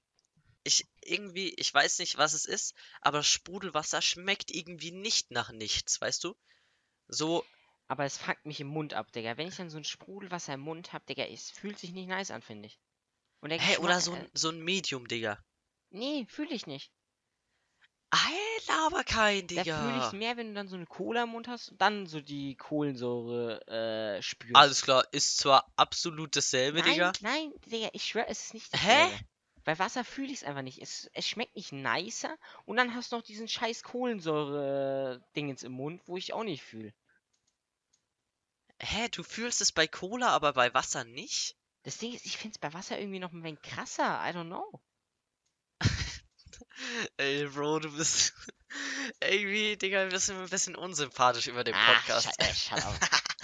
Ich weiß nicht, was es ist, aber Sprudelwasser schmeckt irgendwie nicht nach nichts, weißt du? So, Aber es fuckt mich im Mund ab, Digga. Wenn ich dann so ein Sprudelwasser im Mund hab, Digga, es fühlt sich nicht nice an, finde ich. Und der hä, Geschmack, oder so ein Medium, Digga. nee, fühle ich nicht. Aber kein, Da fühle ich es Digga. mehr, wenn du dann so eine Cola im Mund hast und dann so die Kohlensäure Alles spürst. klar, ist zwar absolut dasselbe, Nein, Digga. nein, Digga, ich schwör, es ist nicht Hä? dasselbe. Bei Wasser fühle ich es einfach nicht. Es schmeckt nicht nicer und dann hast du noch diesen scheiß Kohlensäure-Dingens im Mund, wo ich auch nicht fühle. Hä, du fühlst es bei Cola, aber bei Wasser nicht? Das Ding ist, ich finde es bei Wasser irgendwie noch ein wenig krasser. I don't know. Ey, Bro, du bist irgendwie, Digga, ein bisschen unsympathisch über den Ach, Podcast. shut up.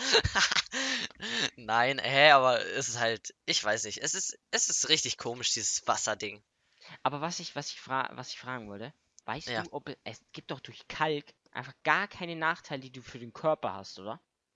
Nein, hä, aber es ist halt, ich weiß nicht, es ist richtig komisch, dieses Wasserding. Aber was ich fragen wollte, weißt Ja, du, ob es gibt doch durch Kalk einfach gar keine Nachteile, die du für den Körper hast, oder?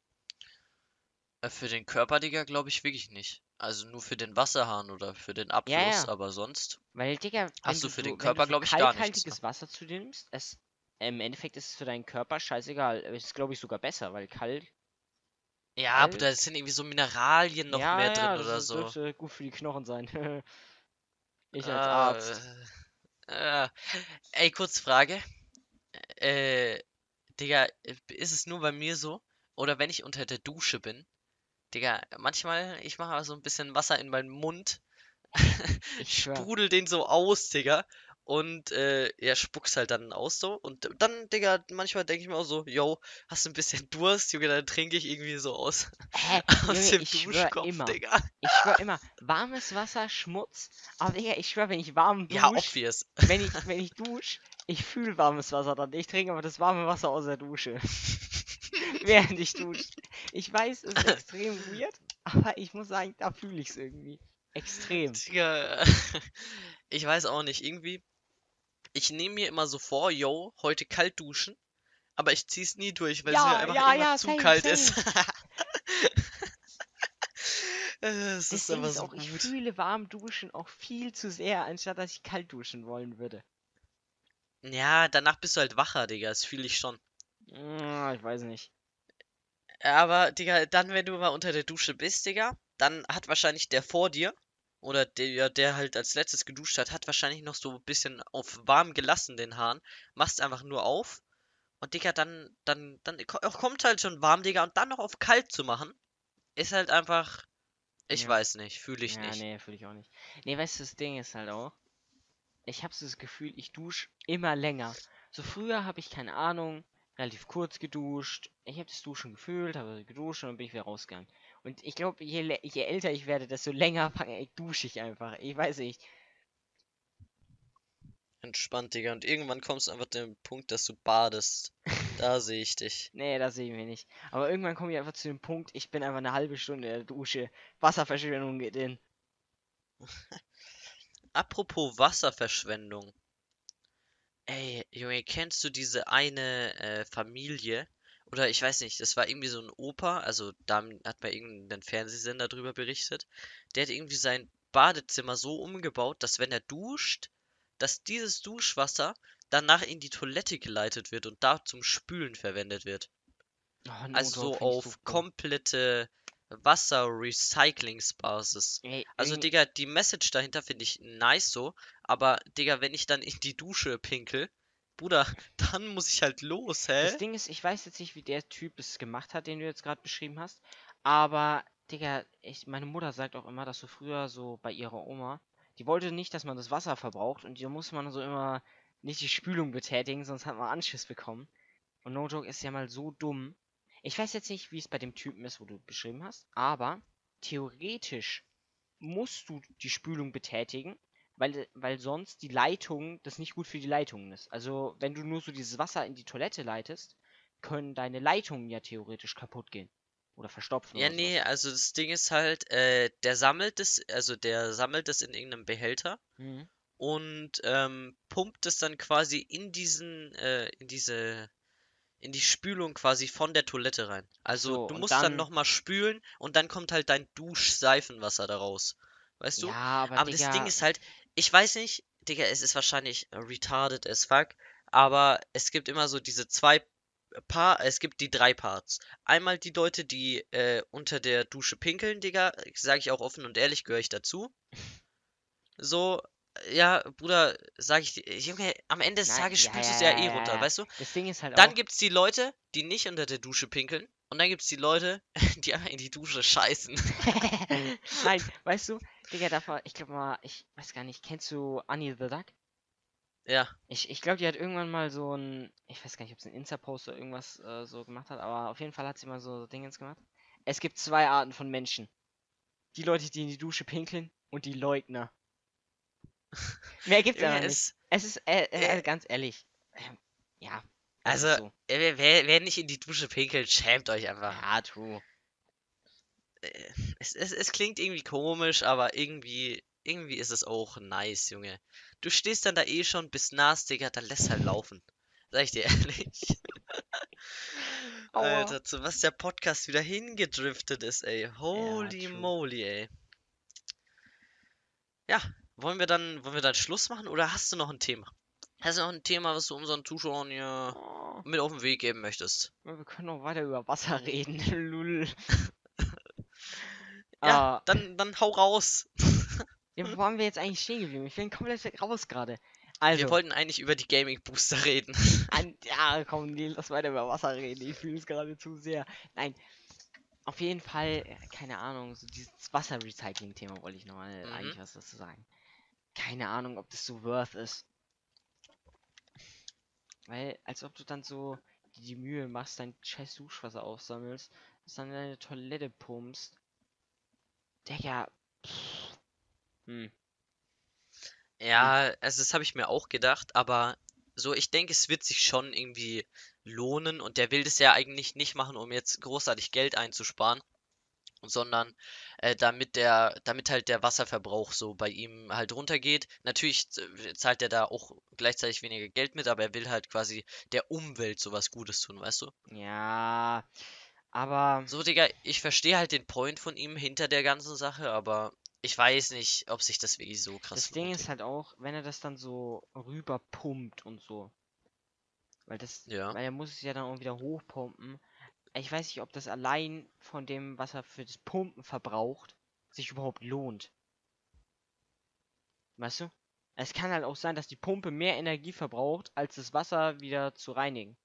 für den Körper, Digga, glaube ich wirklich nicht. Also nur für den Wasserhahn oder für den Ja, Abfluss, ja. aber sonst Weil, Digga, hast du für den wenn du Körper, so glaube ich, gar nichts, ne? kalkhaltiges Wasser zu dir nimmst, im Endeffekt ist es für deinen Körper scheißegal. Es ist, glaube ich, sogar besser, weil Ja, aber da Kalk, sind irgendwie so Mineralien noch ja, mehr drin ja, oder so. dürfte gut für die Knochen sein. Ich als Äh, Arzt. ey, kurz Frage. Äh, Digga, ist es nur bei mir so? Oder wenn ich unter der Dusche bin? Digga, manchmal, ich mache so ein bisschen Wasser in meinen Mund, Ich schwör. sprudel den so aus, Digga. Und ja, spuck's halt dann aus so. Und dann, Digga, manchmal denke ich mir auch so, yo, hast du ein bisschen Durst, Junge, dann trinke ich irgendwie so aus, Hä? aus Junge, dem Duschkopf, Digga. Ich schwör immer, warmes Wasser, Schmutz. Aber Digga, ich schwör, wenn ich warm Ja, dusch, obvious. wenn ich dusch, ich fühle warmes Wasser dann. Ich trinke aber das warme Wasser aus der Dusche. Während ich dusche. Ich weiß, es ist extrem weird, aber ich muss sagen, da fühle ich es irgendwie. Extrem. Digga, ich weiß auch nicht, irgendwie, ich nehme mir immer so vor, yo, heute kalt duschen, aber ich zieh's nie durch, weil es mir Ja, einfach ja, immer ja, zu same, kalt ist. same. Es Das ist Ding aber ist so auch, ich gut. fühle warm duschen auch viel zu sehr, anstatt dass ich kalt duschen wollen würde. Ja, danach bist du halt wacher, Digga, das fühle ich schon. Ich weiß nicht. Aber, Digga, dann, wenn du mal unter der Dusche bist, Digga, dann hat wahrscheinlich der vor dir oder der halt als letztes geduscht hat, hat wahrscheinlich noch so ein bisschen auf warm gelassen den Hahn. Machst einfach nur auf und, Digga, kommt halt schon warm, Digga, und dann noch auf kalt zu machen, ist halt einfach, ich Ja. weiß nicht, fühle ich Ja, nicht. nee, fühle ich auch nicht. Nee, weißt du, das Ding ist halt auch, ich habe so das Gefühl, ich dusche immer länger. So früher habe ich, keine Ahnung, relativ kurz geduscht. Ich habe das Duschen gefühlt, habe geduscht und dann bin ich wieder rausgegangen. Und ich glaube, je älter ich werde, desto länger dusche ich einfach. Ich weiß nicht. Entspannt, Digga, und irgendwann kommst du einfach zu dem Punkt, dass du badest. Da sehe ich dich. Nee, das sehe ich mir nicht. Aber irgendwann komme ich einfach zu dem Punkt, ich bin einfach eine halbe Stunde in der Dusche. Wasserverschwendung geht in. Apropos Wasserverschwendung. Ey, Junge, kennst du diese eine Familie? Oder ich weiß nicht, das war irgendwie so ein Opa, also da hat mal irgendein Fernsehsender drüber berichtet. Der hat irgendwie sein Badezimmer so umgebaut, dass wenn er duscht, dass dieses Duschwasser danach in die Toilette geleitet wird und da zum Spülen verwendet wird. Oh, no Also joke, so finde ich so auf dumm. komplette Wasserrecyclingsbasis. Ey, Also, irgendwie, Digga, die Message dahinter finde ich nice so, aber Digga, wenn ich dann in die Dusche pinkel, Bruder, dann muss ich halt los, das hä? Ding ist, ich weiß jetzt nicht, wie der Typ es gemacht hat, den du jetzt gerade beschrieben hast. Aber, Digga, meine Mutter sagt auch immer, dass so früher so bei ihrer Oma, die wollte nicht, dass man das Wasser verbraucht und die muss man so immer nicht die Spülung betätigen, sonst hat man Anschiss bekommen. Und No Joke ist ja mal so dumm. Ich weiß jetzt nicht, wie es bei dem Typen ist, wo du beschrieben hast, aber theoretisch musst du die Spülung betätigen, weil sonst die Leitung, das nicht gut für die Leitungen ist. Also, wenn du nur so dieses Wasser in die Toilette leitest, können deine Leitungen ja theoretisch kaputt gehen. Oder verstopfen Ja, oder nee, sowas. also das Ding ist halt, der sammelt es in irgendeinem Behälter Mhm. und pumpt es dann quasi in die Spülung quasi von der Toilette rein. Also So, du und musst dann dann. nochmal spülen und dann kommt halt dein Duschseifenwasser da raus. Weißt Ja, du? aber Aber das Ding Digga. ist halt, ich weiß nicht, Digga, es ist wahrscheinlich retarded as fuck, aber es gibt immer so diese es gibt die drei Parts. Einmal die Leute, die unter der Dusche pinkeln, Digga, sage ich auch offen und ehrlich, gehöre ich dazu. So, ja, Bruder, sag ich dir, Junge, am Ende des Nein, Tages ja, spülst du ja, es ja ja, eh ja, runter, ja. weißt du? Das Ding ist halt Dann auch. gibt's die Leute, die nicht unter der Dusche pinkeln. Und dann gibt's die Leute, die einfach in die Dusche scheißen. Nein, weißt du, Digga, davor, ich glaube mal, ich weiß gar nicht, kennst du Annie the Duck? Ja. Ich glaube, die hat irgendwann mal so ein, ich weiß gar nicht, ob es ein Insta-Post oder irgendwas so gemacht hat, aber auf jeden Fall hat sie mal so Dingens gemacht. Es gibt zwei Arten von Menschen. Die Leute, die in die Dusche pinkeln und die Leugner. Mehr gibt's Junge, aber nicht. es. Es ist, Äh, ganz ehrlich, ja, es also, ist so. wer nicht in die Dusche pinkelt, schämt euch einfach. Ja, true. Es klingt irgendwie komisch, aber irgendwie ist es auch nice, Junge. Du stehst dann da eh schon, bist nass, Digga, dann lässt halt laufen. Sag ich dir ehrlich. Aua. Alter, zu was der Podcast wieder hingedriftet ist, ey. Ja, Holy true. moly, ey. Ja, wollen wir dann Schluss machen oder hast du noch ein Thema? Hast du noch ein Thema, was du unseren Zuschauern hier Oh, mit auf den Weg geben möchtest? wir können noch weiter über Wasser reden. Lul. Ja, Ah, dann hau raus. ja, wo waren wir jetzt eigentlich stehen geblieben? Ich bin komplett raus gerade. Wir Also, wollten eigentlich über die Gaming Booster reden. ja, komm, nee, lass weiter über Wasser reden. Ich fühle es gerade zu sehr. Nein, auf jeden Fall, keine Ahnung, so dieses Wasserrecycling-Thema wollte ich nochmal Mhm. eigentlich was dazu sagen. Keine Ahnung, ob das so worth ist. Weil, als ob du dann so die Mühe machst, dein scheiß Duschwasser aufsammelst, das dann in deine Toilette pumpst. Digga. Pff, hm, hm. Ja, also das habe ich mir auch gedacht, aber so, ich denke, es wird sich schon irgendwie lohnen und der will das ja eigentlich nicht machen, um jetzt großartig Geld einzusparen, sondern damit halt der Wasserverbrauch so bei ihm halt runtergeht. Natürlich zahlt er da auch gleichzeitig weniger Geld mit, aber er will halt quasi der Umwelt sowas Gutes tun, weißt du? Ja, aber So, Digga, ich verstehe halt den Point von ihm hinter der ganzen Sache, aber ich weiß nicht, ob sich das wirklich so krass das Ding lohnt, ist Digga. halt auch, wenn er das dann so rüber pumpt und so. Ja. Weil er muss es ja dann auch wieder hochpumpen. Ich weiß nicht, ob das allein von dem, was er für das Pumpen verbraucht, sich überhaupt lohnt. Weißt du? Es kann halt auch sein, dass die Pumpe mehr Energie verbraucht, als das Wasser wieder zu reinigen.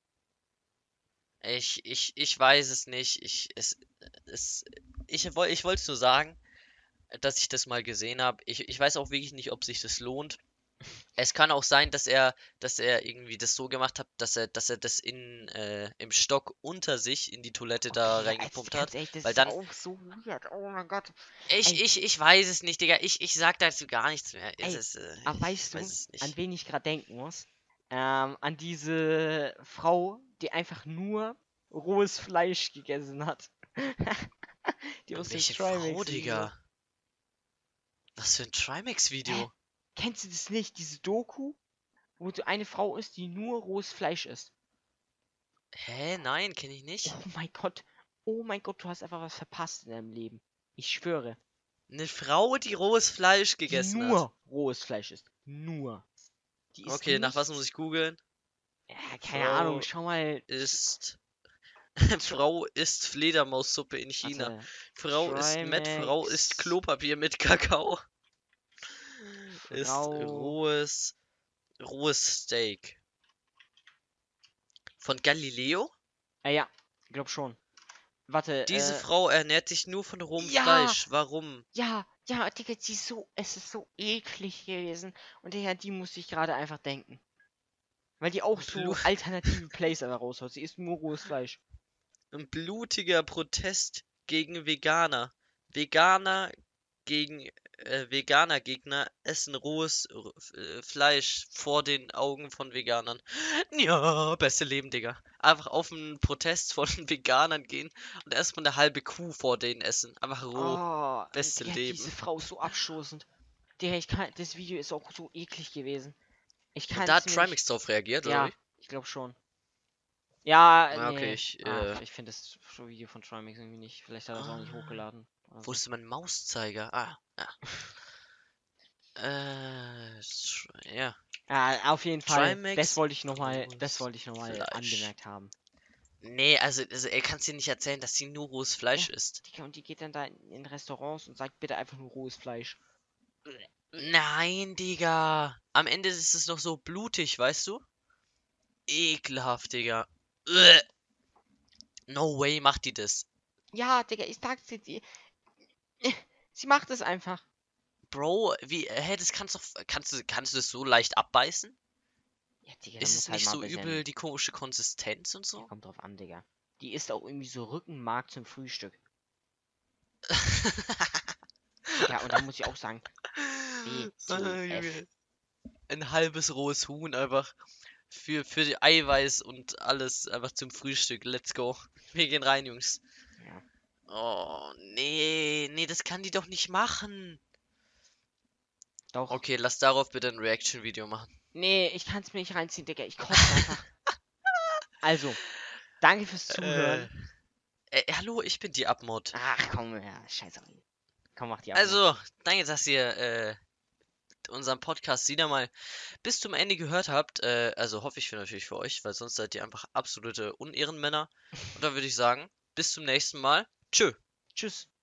Ich weiß es nicht. Es, ich wollte es nur sagen, dass ich das mal gesehen habe. Ich weiß auch wirklich nicht, ob sich das lohnt. Es kann auch sein, dass er irgendwie das so gemacht hat, dass er das im Stock unter sich in die Toilette da Okay, ja, jetzt reingepumpt ganz hat. ehrlich, das Weil ist dann, auch so weird. Oh mein Gott. Ey, ich weiß es nicht, Digga. Ich sag dazu gar nichts mehr. ey, aber Ich weißt weiß du, es an nicht. wen ich gerade denken muss? An diese Frau, die einfach nur rohes Fleisch gegessen hat. Die An aus dem welche Frau, Trimax-Video. Digga? Was für ein Hä? Trimax-Video? Kennst du das nicht? Diese Doku, wo so eine Frau ist, die nur rohes Fleisch isst. Hä? Nein, kenne ich nicht. Oh mein Gott. Oh mein Gott, du hast einfach was verpasst in deinem Leben. Ich schwöre. Eine Frau, die rohes Fleisch Die gegessen hat. nur rohes Fleisch isst. Nur. Die isst Okay, nach was muss nichts. ich googeln? Ja, keine Ahnung. Frau Schau mal. isst. Tr Frau isst Fledermaussuppe in China. Warte. Frau isst Met. Frau isst Trimax. Klopapier mit Kakao. Isst Frau. rohes Steak. Von Galileo? Ja, glaub schon. Warte, Diese Frau ernährt sich nur von rohem ja! Fleisch. Warum? Ja, Digga, es ist so eklig gewesen. Und Digga, die musste ich gerade einfach denken. Weil die auch so Blu alternative Plays aber raushaut. Sie isst nur rohes Fleisch. ein blutiger Protest gegen Veganer. Veganer gegen Veganer-Gegner essen rohes Fleisch vor den Augen von Veganern. Ja, beste Leben, Digga. Einfach auf einen Protest von Veganern gehen und erstmal eine halbe Kuh vor denen essen. Einfach roh. Oh, Beste Digga, diese Leben. Frau ist so abstoßend. Digga, das Video ist auch so eklig gewesen. Ich Und kann da es hat mir nicht. Trimax drauf reagiert, oder Ja, wie? ich glaube schon. Ja, Ah, okay, nee. Ich finde das Video von Trimax irgendwie nicht. Vielleicht hat er es auch nicht Ah, hochgeladen oder wo so. ist mein Mauszeiger? Ah, ja. Ja. Ja, auf jeden Fall. Trimax Das rohes wollte ich noch mal Fleisch. angemerkt haben. Nee, also er kann dir nicht erzählen, dass sie nur rohes Ja, Fleisch isst. Digga, und die geht dann da in Restaurants und sagt bitte einfach nur rohes Fleisch. Nein, Digga. Am Ende ist es noch so blutig, weißt du? Ekelhaft, Digga. Uäh. No way macht die das. Ja, Digga, ich sag's dir, sie macht es einfach. Bro, das kannst du das so leicht abbeißen? Ja, Digga, da Ist es muss halt nicht mal ein so übel bisschen. die komische Konsistenz und Ja, so? kommt drauf an, Digga. Die isst auch irgendwie so Rückenmark zum Frühstück. Digga, und da muss ich auch sagen, Ah, WTF. Junge. Ein halbes rohes Huhn einfach für die Eiweiß und alles einfach zum Frühstück. Let's go. Wir gehen rein, Jungs. Ja, Oh, nee, das kann die doch nicht machen. doch. Okay, lass darauf bitte ein Reaction-Video machen. Nee, ich kann's mir nicht reinziehen, Digga. Ich kotze einfach. Also, danke fürs Äh, Zuhören. hallo, ich bin die Abmod. Ach, komm, ja, scheiße. Komm, mach die Abmod. Also, danke, dass ihr unseren Podcast wieder mal bis zum Ende gehört habt. Also hoffe ich natürlich für euch, weil sonst seid ihr einfach absolute Unehrenmänner. Und dann würde ich sagen, bis zum nächsten Mal. Tschö. Tschüss.